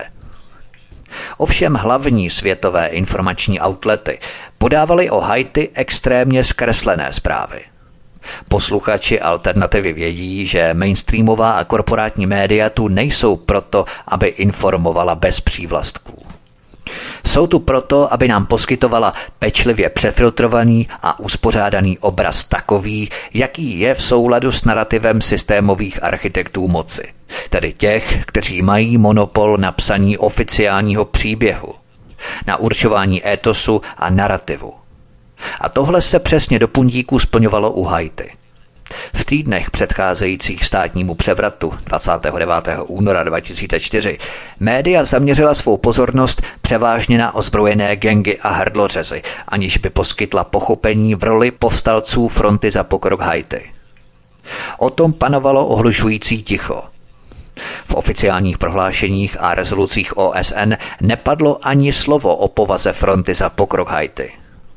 Ovšem hlavní světové informační outlety podávaly o Haiti extrémně zkreslené zprávy. Posluchači Alternativy vědí, že mainstreamová a korporátní média tu nejsou proto, aby informovala bez přívlastků. Jsou tu proto, aby nám poskytovala pečlivě přefiltrovaný a uspořádaný obraz takový, jaký je v souladu s narativem systémových architektů moci, tedy těch, kteří mají monopol na psaní oficiálního příběhu, na určování étosu a narrativu. A tohle se přesně do puntíku splňovalo u Haiti. V týdnech předcházejících státnímu převratu 29. února 2004 média zaměřila svou pozornost převážně na ozbrojené gangy a hrdlořezy, aniž by poskytla pochopení v roli povstalců Fronty za pokrok Haiti. O tom panovalo ohlušující ticho. V oficiálních prohlášeních a rezolucích OSN nepadlo ani slovo o povaze Fronty za pokrok Haiti.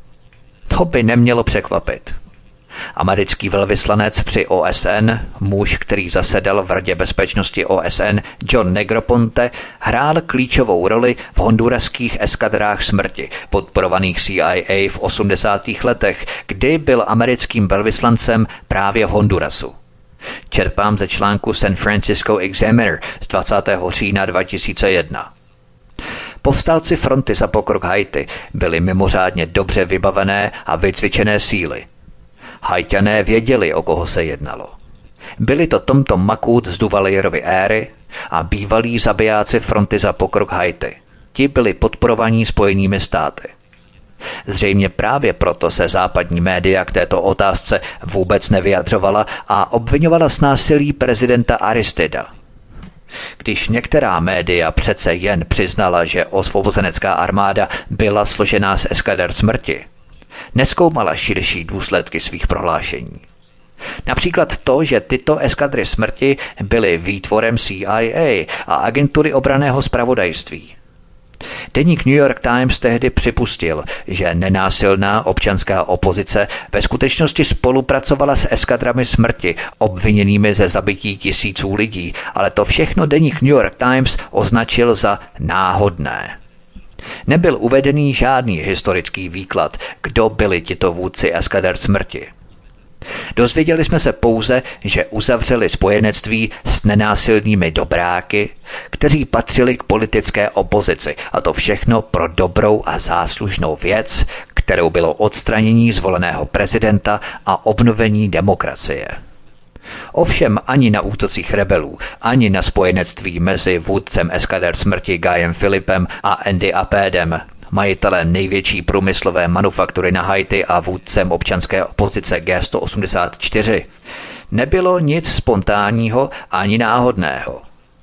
To by nemělo překvapit. Americký velvyslanec při OSN, muž, který zasedal v Radě bezpečnosti OSN, John Negroponte, hrál klíčovou roli v honduraských eskadrách smrti, podporovaných CIA v 80. letech, kdy byl americkým velvyslancem právě v Hondurasu. Čerpám ze článku San Francisco Examiner z 20. října 2001. Povstalci Fronty za pokrok Haiti byli mimořádně dobře vybavené a vycvičené síly. Haitiané věděli, o koho se jednalo. Byli to Tonton Macoute z Duvalierovy éry a bývalí zabijáci Fronty za pokrok Haiti. Ti byli podporovaní Spojenými státy. Zřejmě právě proto se západní média k této otázce vůbec nevyjadřovala a obvinovala z násilí prezidenta Aristida. Když některá média přece jen přiznala, že osvobozenecká armáda byla složená z eskader smrti, nezkoumala širší důsledky svých prohlášení. Například to, že tyto eskadry smrti byly výtvorem CIA a agentury obranného zpravodajství. Deník New York Times tehdy připustil, že nenásilná občanská opozice ve skutečnosti spolupracovala s eskadrami smrti, obviněnými ze zabití tisíců lidí, ale to všechno deník New York Times označil za náhodné. Nebyl uvedený žádný historický výklad, kdo byli tito vůdci eskader smrti. Dozvěděli jsme se pouze, že uzavřeli spojenectví s nenásilnými dobráky, kteří patřili k politické opozici, a to všechno pro dobrou a záslužnou věc, kterou bylo odstranění zvoleného prezidenta a obnovení demokracie. Ovšem ani na útocích rebelů, ani na spojenectví mezi vůdcem eskader smrti Guyem Philipem a Andy Apedem, majitelem největší průmyslové manufaktury na Haiti a vůdcem občanské opozice G184, nebylo nic spontánního ani náhodného.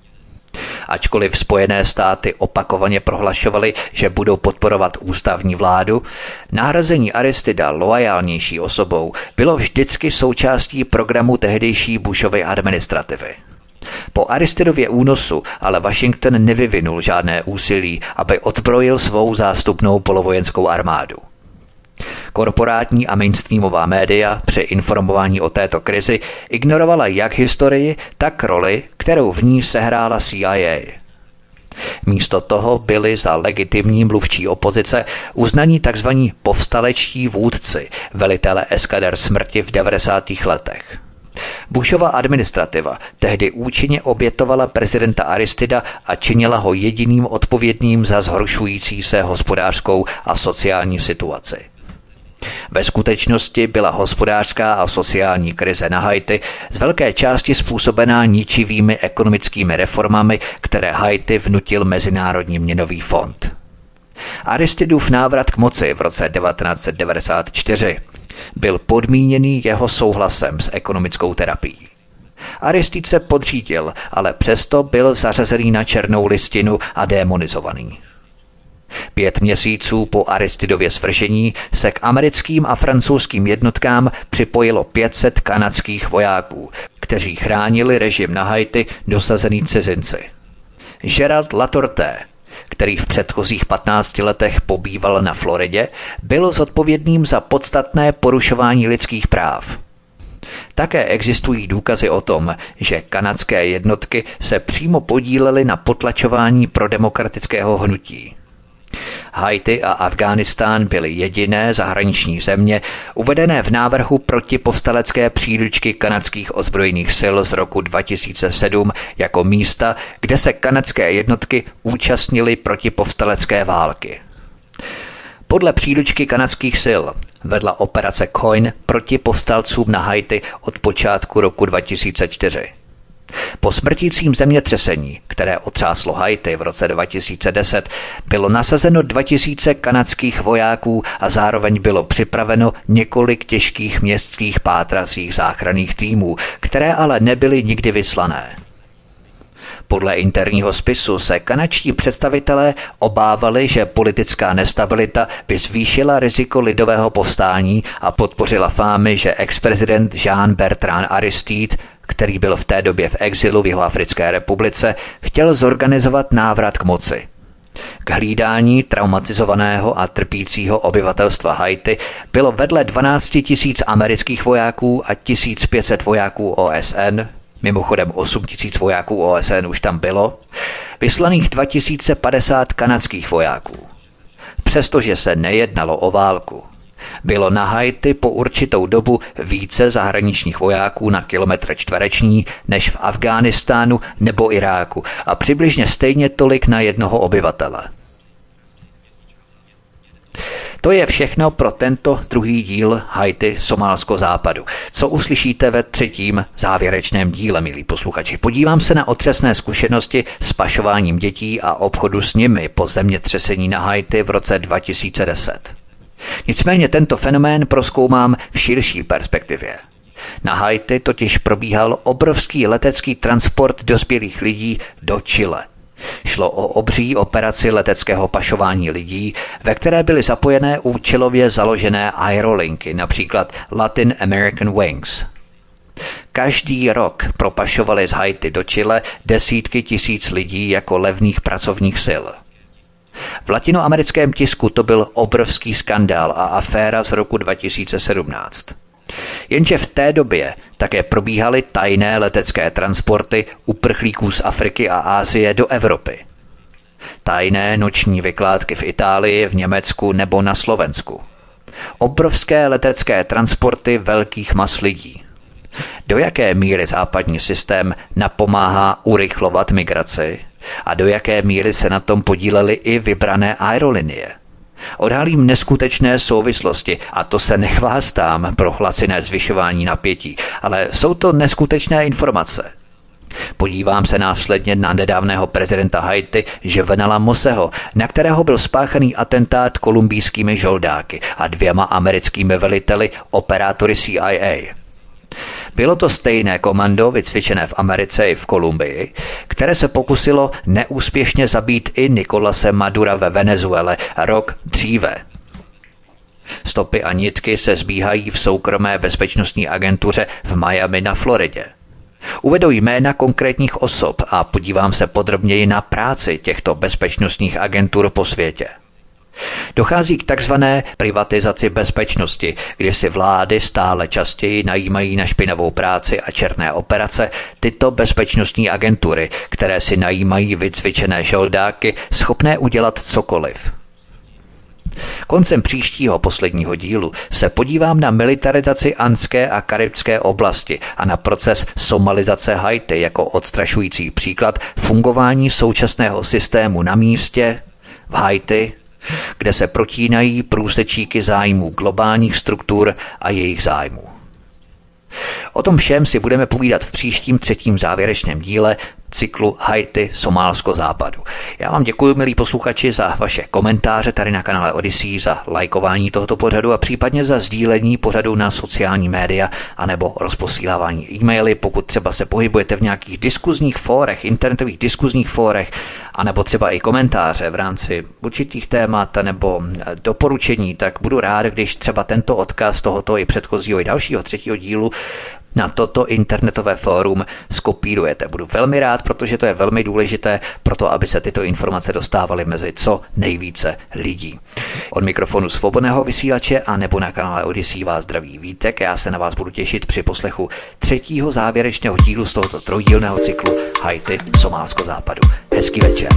Ačkoliv Spojené státy opakovaně prohlašovaly, že budou podporovat ústavní vládu, nahrazení Aristida loajálnější osobou bylo vždycky součástí programu tehdejší Bushovy administrativy. Po Aristidově únosu ale Washington nevyvinul žádné úsilí, aby odzbrojil svou zástupnou polovojenskou armádu. Korporátní a mainstreamová média při informování o této krizi ignorovala jak historii, tak roli, kterou v ní sehrála CIA. Místo toho byli za legitimní mluvčí opozice uznaní tzv. Povstalečtí vůdci, velitelé eskader smrti v 90. letech. Bushova administrativa tehdy účinně obětovala prezidenta Aristida a činila ho jediným odpovědným za zhoršující se hospodářskou a sociální situaci. Ve skutečnosti byla hospodářská a sociální krize na Haiti z velké části způsobená ničivými ekonomickými reformami, které Haiti vnutil Mezinárodní měnový fond. Aristidův návrat k moci v roce 1994 byl podmíněný jeho souhlasem s ekonomickou terapií. Aristid se podřídil, ale přesto byl zařazený na černou listinu a démonizovaný. 5 měsíců po Aristidově svržení se k americkým a francouzským jednotkám připojilo 500 kanadských vojáků, kteří chránili režim na Haiti dosazený cizinci. Gerald Latorté, který v předchozích 15 letech pobýval na Floridě, byl zodpovědným za podstatné porušování lidských práv. Také existují důkazy o tom, že kanadské jednotky se přímo podílely na potlačování prodemokratického hnutí. Haiti a Afghánistán byly jediné zahraniční země uvedené v návrhu protipovstalecké příručky kanadských ozbrojených sil z roku 2007 jako místa, kde se kanadské jednotky účastnily protipovstalecké války. Podle příručky kanadských sil vedla operace Coin proti povstalcům na Haiti od počátku roku 2004. Po smrtícím zemětřesení, které otřáslo Haiti v roce 2010, bylo nasazeno 2000 kanadských vojáků a zároveň bylo připraveno několik těžkých městských pátracích záchranných týmů, které ale nebyly nikdy vyslané. Podle interního spisu se kanadští představitelé obávali, že politická nestabilita by zvýšila riziko lidového povstání a podpořila fámy, že ex-prezident Jean-Bertrand Aristide, který byl v té době v exilu v Jihoafrické republice, chtěl zorganizovat návrat k moci. K hlídání traumatizovaného a trpícího obyvatelstva Haiti bylo vedle 12 000 amerických vojáků a 1500 vojáků OSN, mimochodem 8 000 vojáků OSN už tam bylo, vyslaných 2050 kanadských vojáků. Přestože se nejednalo o válku, bylo na Haiti po určitou dobu více zahraničních vojáků na kilometr čtvereční než v Afghánistánu nebo Iráku a přibližně stejně tolik na jednoho obyvatele. To je všechno pro tento druhý díl Haiti Somálsko-Západu. Co uslyšíte ve třetím závěrečném díle, milí posluchači? Podívám se na otřesné zkušenosti s pašováním dětí a obchodu s nimi po zemětřesení na Haiti v roce 2010. Nicméně tento fenomén prozkoumám v širší perspektivě. Na Haiti totiž probíhal obrovský letecký transport dospělých lidí do Chile. Šlo o obří operaci leteckého pašování lidí, ve které byly zapojené účelově založené aerolinky, například Latin American Wings. Každý rok propašovali z Haiti do Chile desítky tisíc lidí jako levných pracovních sil. V latinoamerickém tisku to byl obrovský skandál a aféra z roku 2017. Jenže v té době také probíhaly tajné letecké transporty uprchlíků z Afriky a Asie do Evropy. Tajné noční vykládky v Itálii, v Německu nebo na Slovensku. Obrovské letecké transporty velkých mas lidí. Do jaké míry západní systém napomáhá urychlovat migraci a do jaké míry se na tom podílely i vybrané aerolinie? Odhalím neskutečné souvislosti a to se nechvástám pro laciné zvyšování napětí, ale jsou to neskutečné informace. Podívám se následně na nedávného prezidenta Haiti Jovenela Moseho, na kterého byl spáchaný atentát kolumbijskými žoldáky a 2 americkými veliteli operátory CIA. Bylo to stejné komando vycvičené v Americe i v Kolumbii, které se pokusilo neúspěšně zabít i Nicolase Madura ve Venezuele rok dříve. Stopy a nitky se zbíhají v soukromé bezpečnostní agentuře v Miami na Floridě. Uvedu jména konkrétních osob a podívám se podrobněji na práci těchto bezpečnostních agentur po světě. Dochází k takzvané privatizaci bezpečnosti, kdy si vlády stále častěji najímají na špinavou práci a černé operace tyto bezpečnostní agentury, které si najímají vycvičené žoldáky schopné udělat cokoliv. Koncem příštího posledního dílu se podívám na militarizaci andské a karibské oblasti a na proces somalizace Haiti jako odstrašující příklad fungování současného systému na místě v Haiti, kde se protínají průsečíky zájmů globálních struktur a jejich zájmů. O tom všem si budeme povídat v příštím 3. závěrečném díle cyklu Haiti, Somálsko, Západu. Já vám děkuji, milí posluchači, za vaše komentáře tady na kanále Odyssey, za lajkování tohoto pořadu a případně za sdílení pořadu na sociální média anebo rozposílávání e-maily, pokud třeba se pohybujete v nějakých diskuzních fórech, internetových diskuzních fórech, anebo třeba i komentáře v rámci určitých témat nebo doporučení, tak budu rád, když třeba tento odkaz tohoto i předchozího i dalšího 3. dílu na toto internetové fórum skopírujete. Budu velmi rád, protože to je velmi důležité pro to, aby se tyto informace dostávaly mezi co nejvíce lidí. Od mikrofonu Svobodného vysílače a nebo na kanále Odyssey vás zdraví Vítek. Já se na vás budu těšit při poslechu 3. závěrečného dílu z tohoto trojdílného cyklu Haiti, Somálsko, Západu. Hezký večer.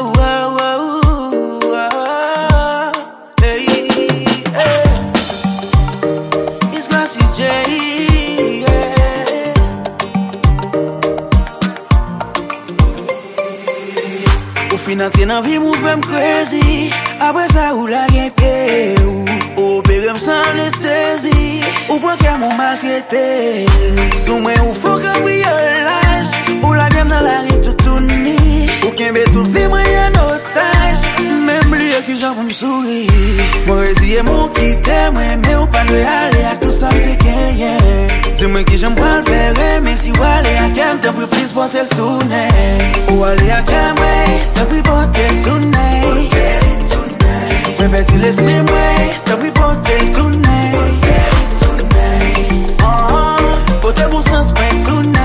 Finante nan vi mou fèm crazy. Apre sa ou la gen pied ou opérem sans anesthésie. Ou pran kè mou maltraité. Sou mwen ou fò cambriolage. Ou la gen nan la ri toutouni. Ou kenbe tout vi mwen yon otage. Mèm liye ki jan pou m'souri. Mwen reziye moun ki te mwen. Me ou pa lwe ale ak tout sa mte kenyen. Se mwen ki jan pran l'fere. Men si ou ale ak em te pri plis pote l'tourne. Ou ale ak em wey te pri pote l'tourne. Mwen peti l'esprit mwen te pri pote l'tourne. Pote bon sens mwen tourne.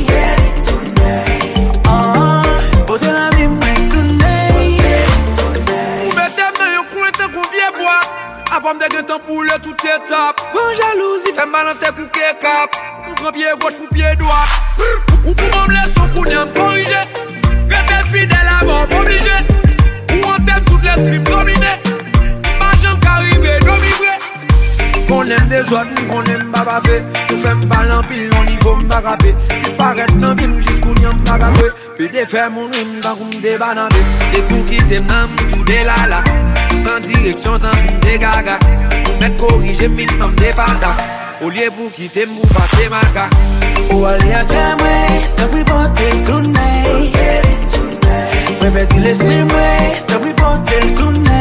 Pote la vi mwen tourne. Ou metem nan yon kouen tan kou vie bois. Avam de gen tan pou le tout etap. Van jalousi fèm balanse kou ke kap. M'pren pied gauche pou pied droit. Ou pou m'en leçon pou n'yam corrigé. Rete fidèle avant m'obligé. Ou on t'aime toutes les streams dominées. Ma jambe caribé dominé. Qu'on aime des autres, qu'on aime babafé. Nous fèm balan pile, on niveau m'bagapé. Disparaître nan vim jusqu'ou n'yam bagapé. Puis défaire mon rime, tant qu'on m'débanabé. Des coups qui t'aiment, tout des lala. Sans direction, tant qu'on m'dégaga. Ou m'être corrigé, minimum des patas. Au lieu pour quitter m'ou passer ma ka. Ou ale ak em wey te pri pote l'tourne. Mwen peti l'esprit mwen te pri pote l'tourne.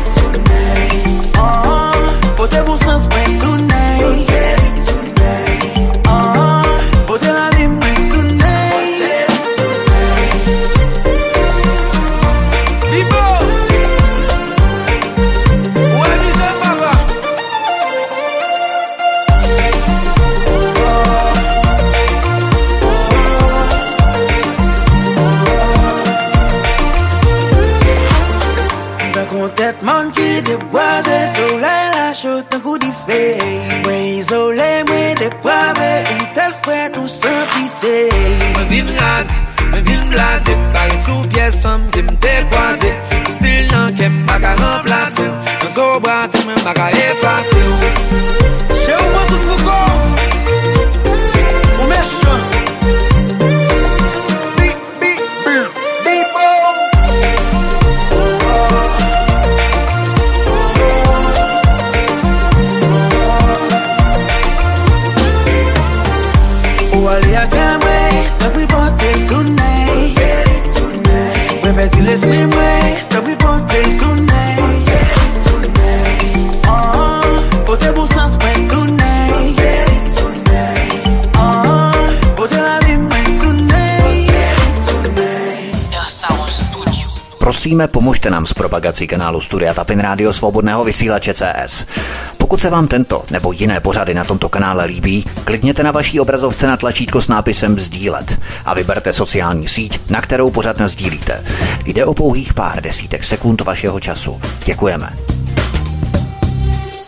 Pote bon sens mwen tourne. Tout monde qui déboise, soleil la chaude, un coup d'effet. Moi isolé, moi dépravé, une telle fois tout sans pitié. Me vin rasé, me vin blasé, par tout pièce femme qui me décroisé. Le style non qui m'a qu'à remplacer. Dans au bras, t'es même pas qu'à effacer. J'ai ouvert tout pour corps, mon méchant. Allez à Camoué, t'as pris porter le tournée. Répète l'esprit, moi, t'as pris porter le tournée. Porter bon sens, moi, tournée. Porter la vie, moi, tournée. Prosíme, pomožte nám s propagací kanálu Studia Tapin Rádio Svobodného vysílače CS. Pokud se vám tento nebo jiné pořady na tomto kanále líbí, klikněte na vaší obrazovce na tlačítko s nápisem sdílet a vyberte sociální síť, na kterou pořad nasdílíte. Jde o pouhých pár desítek sekund vašeho času. Děkujeme.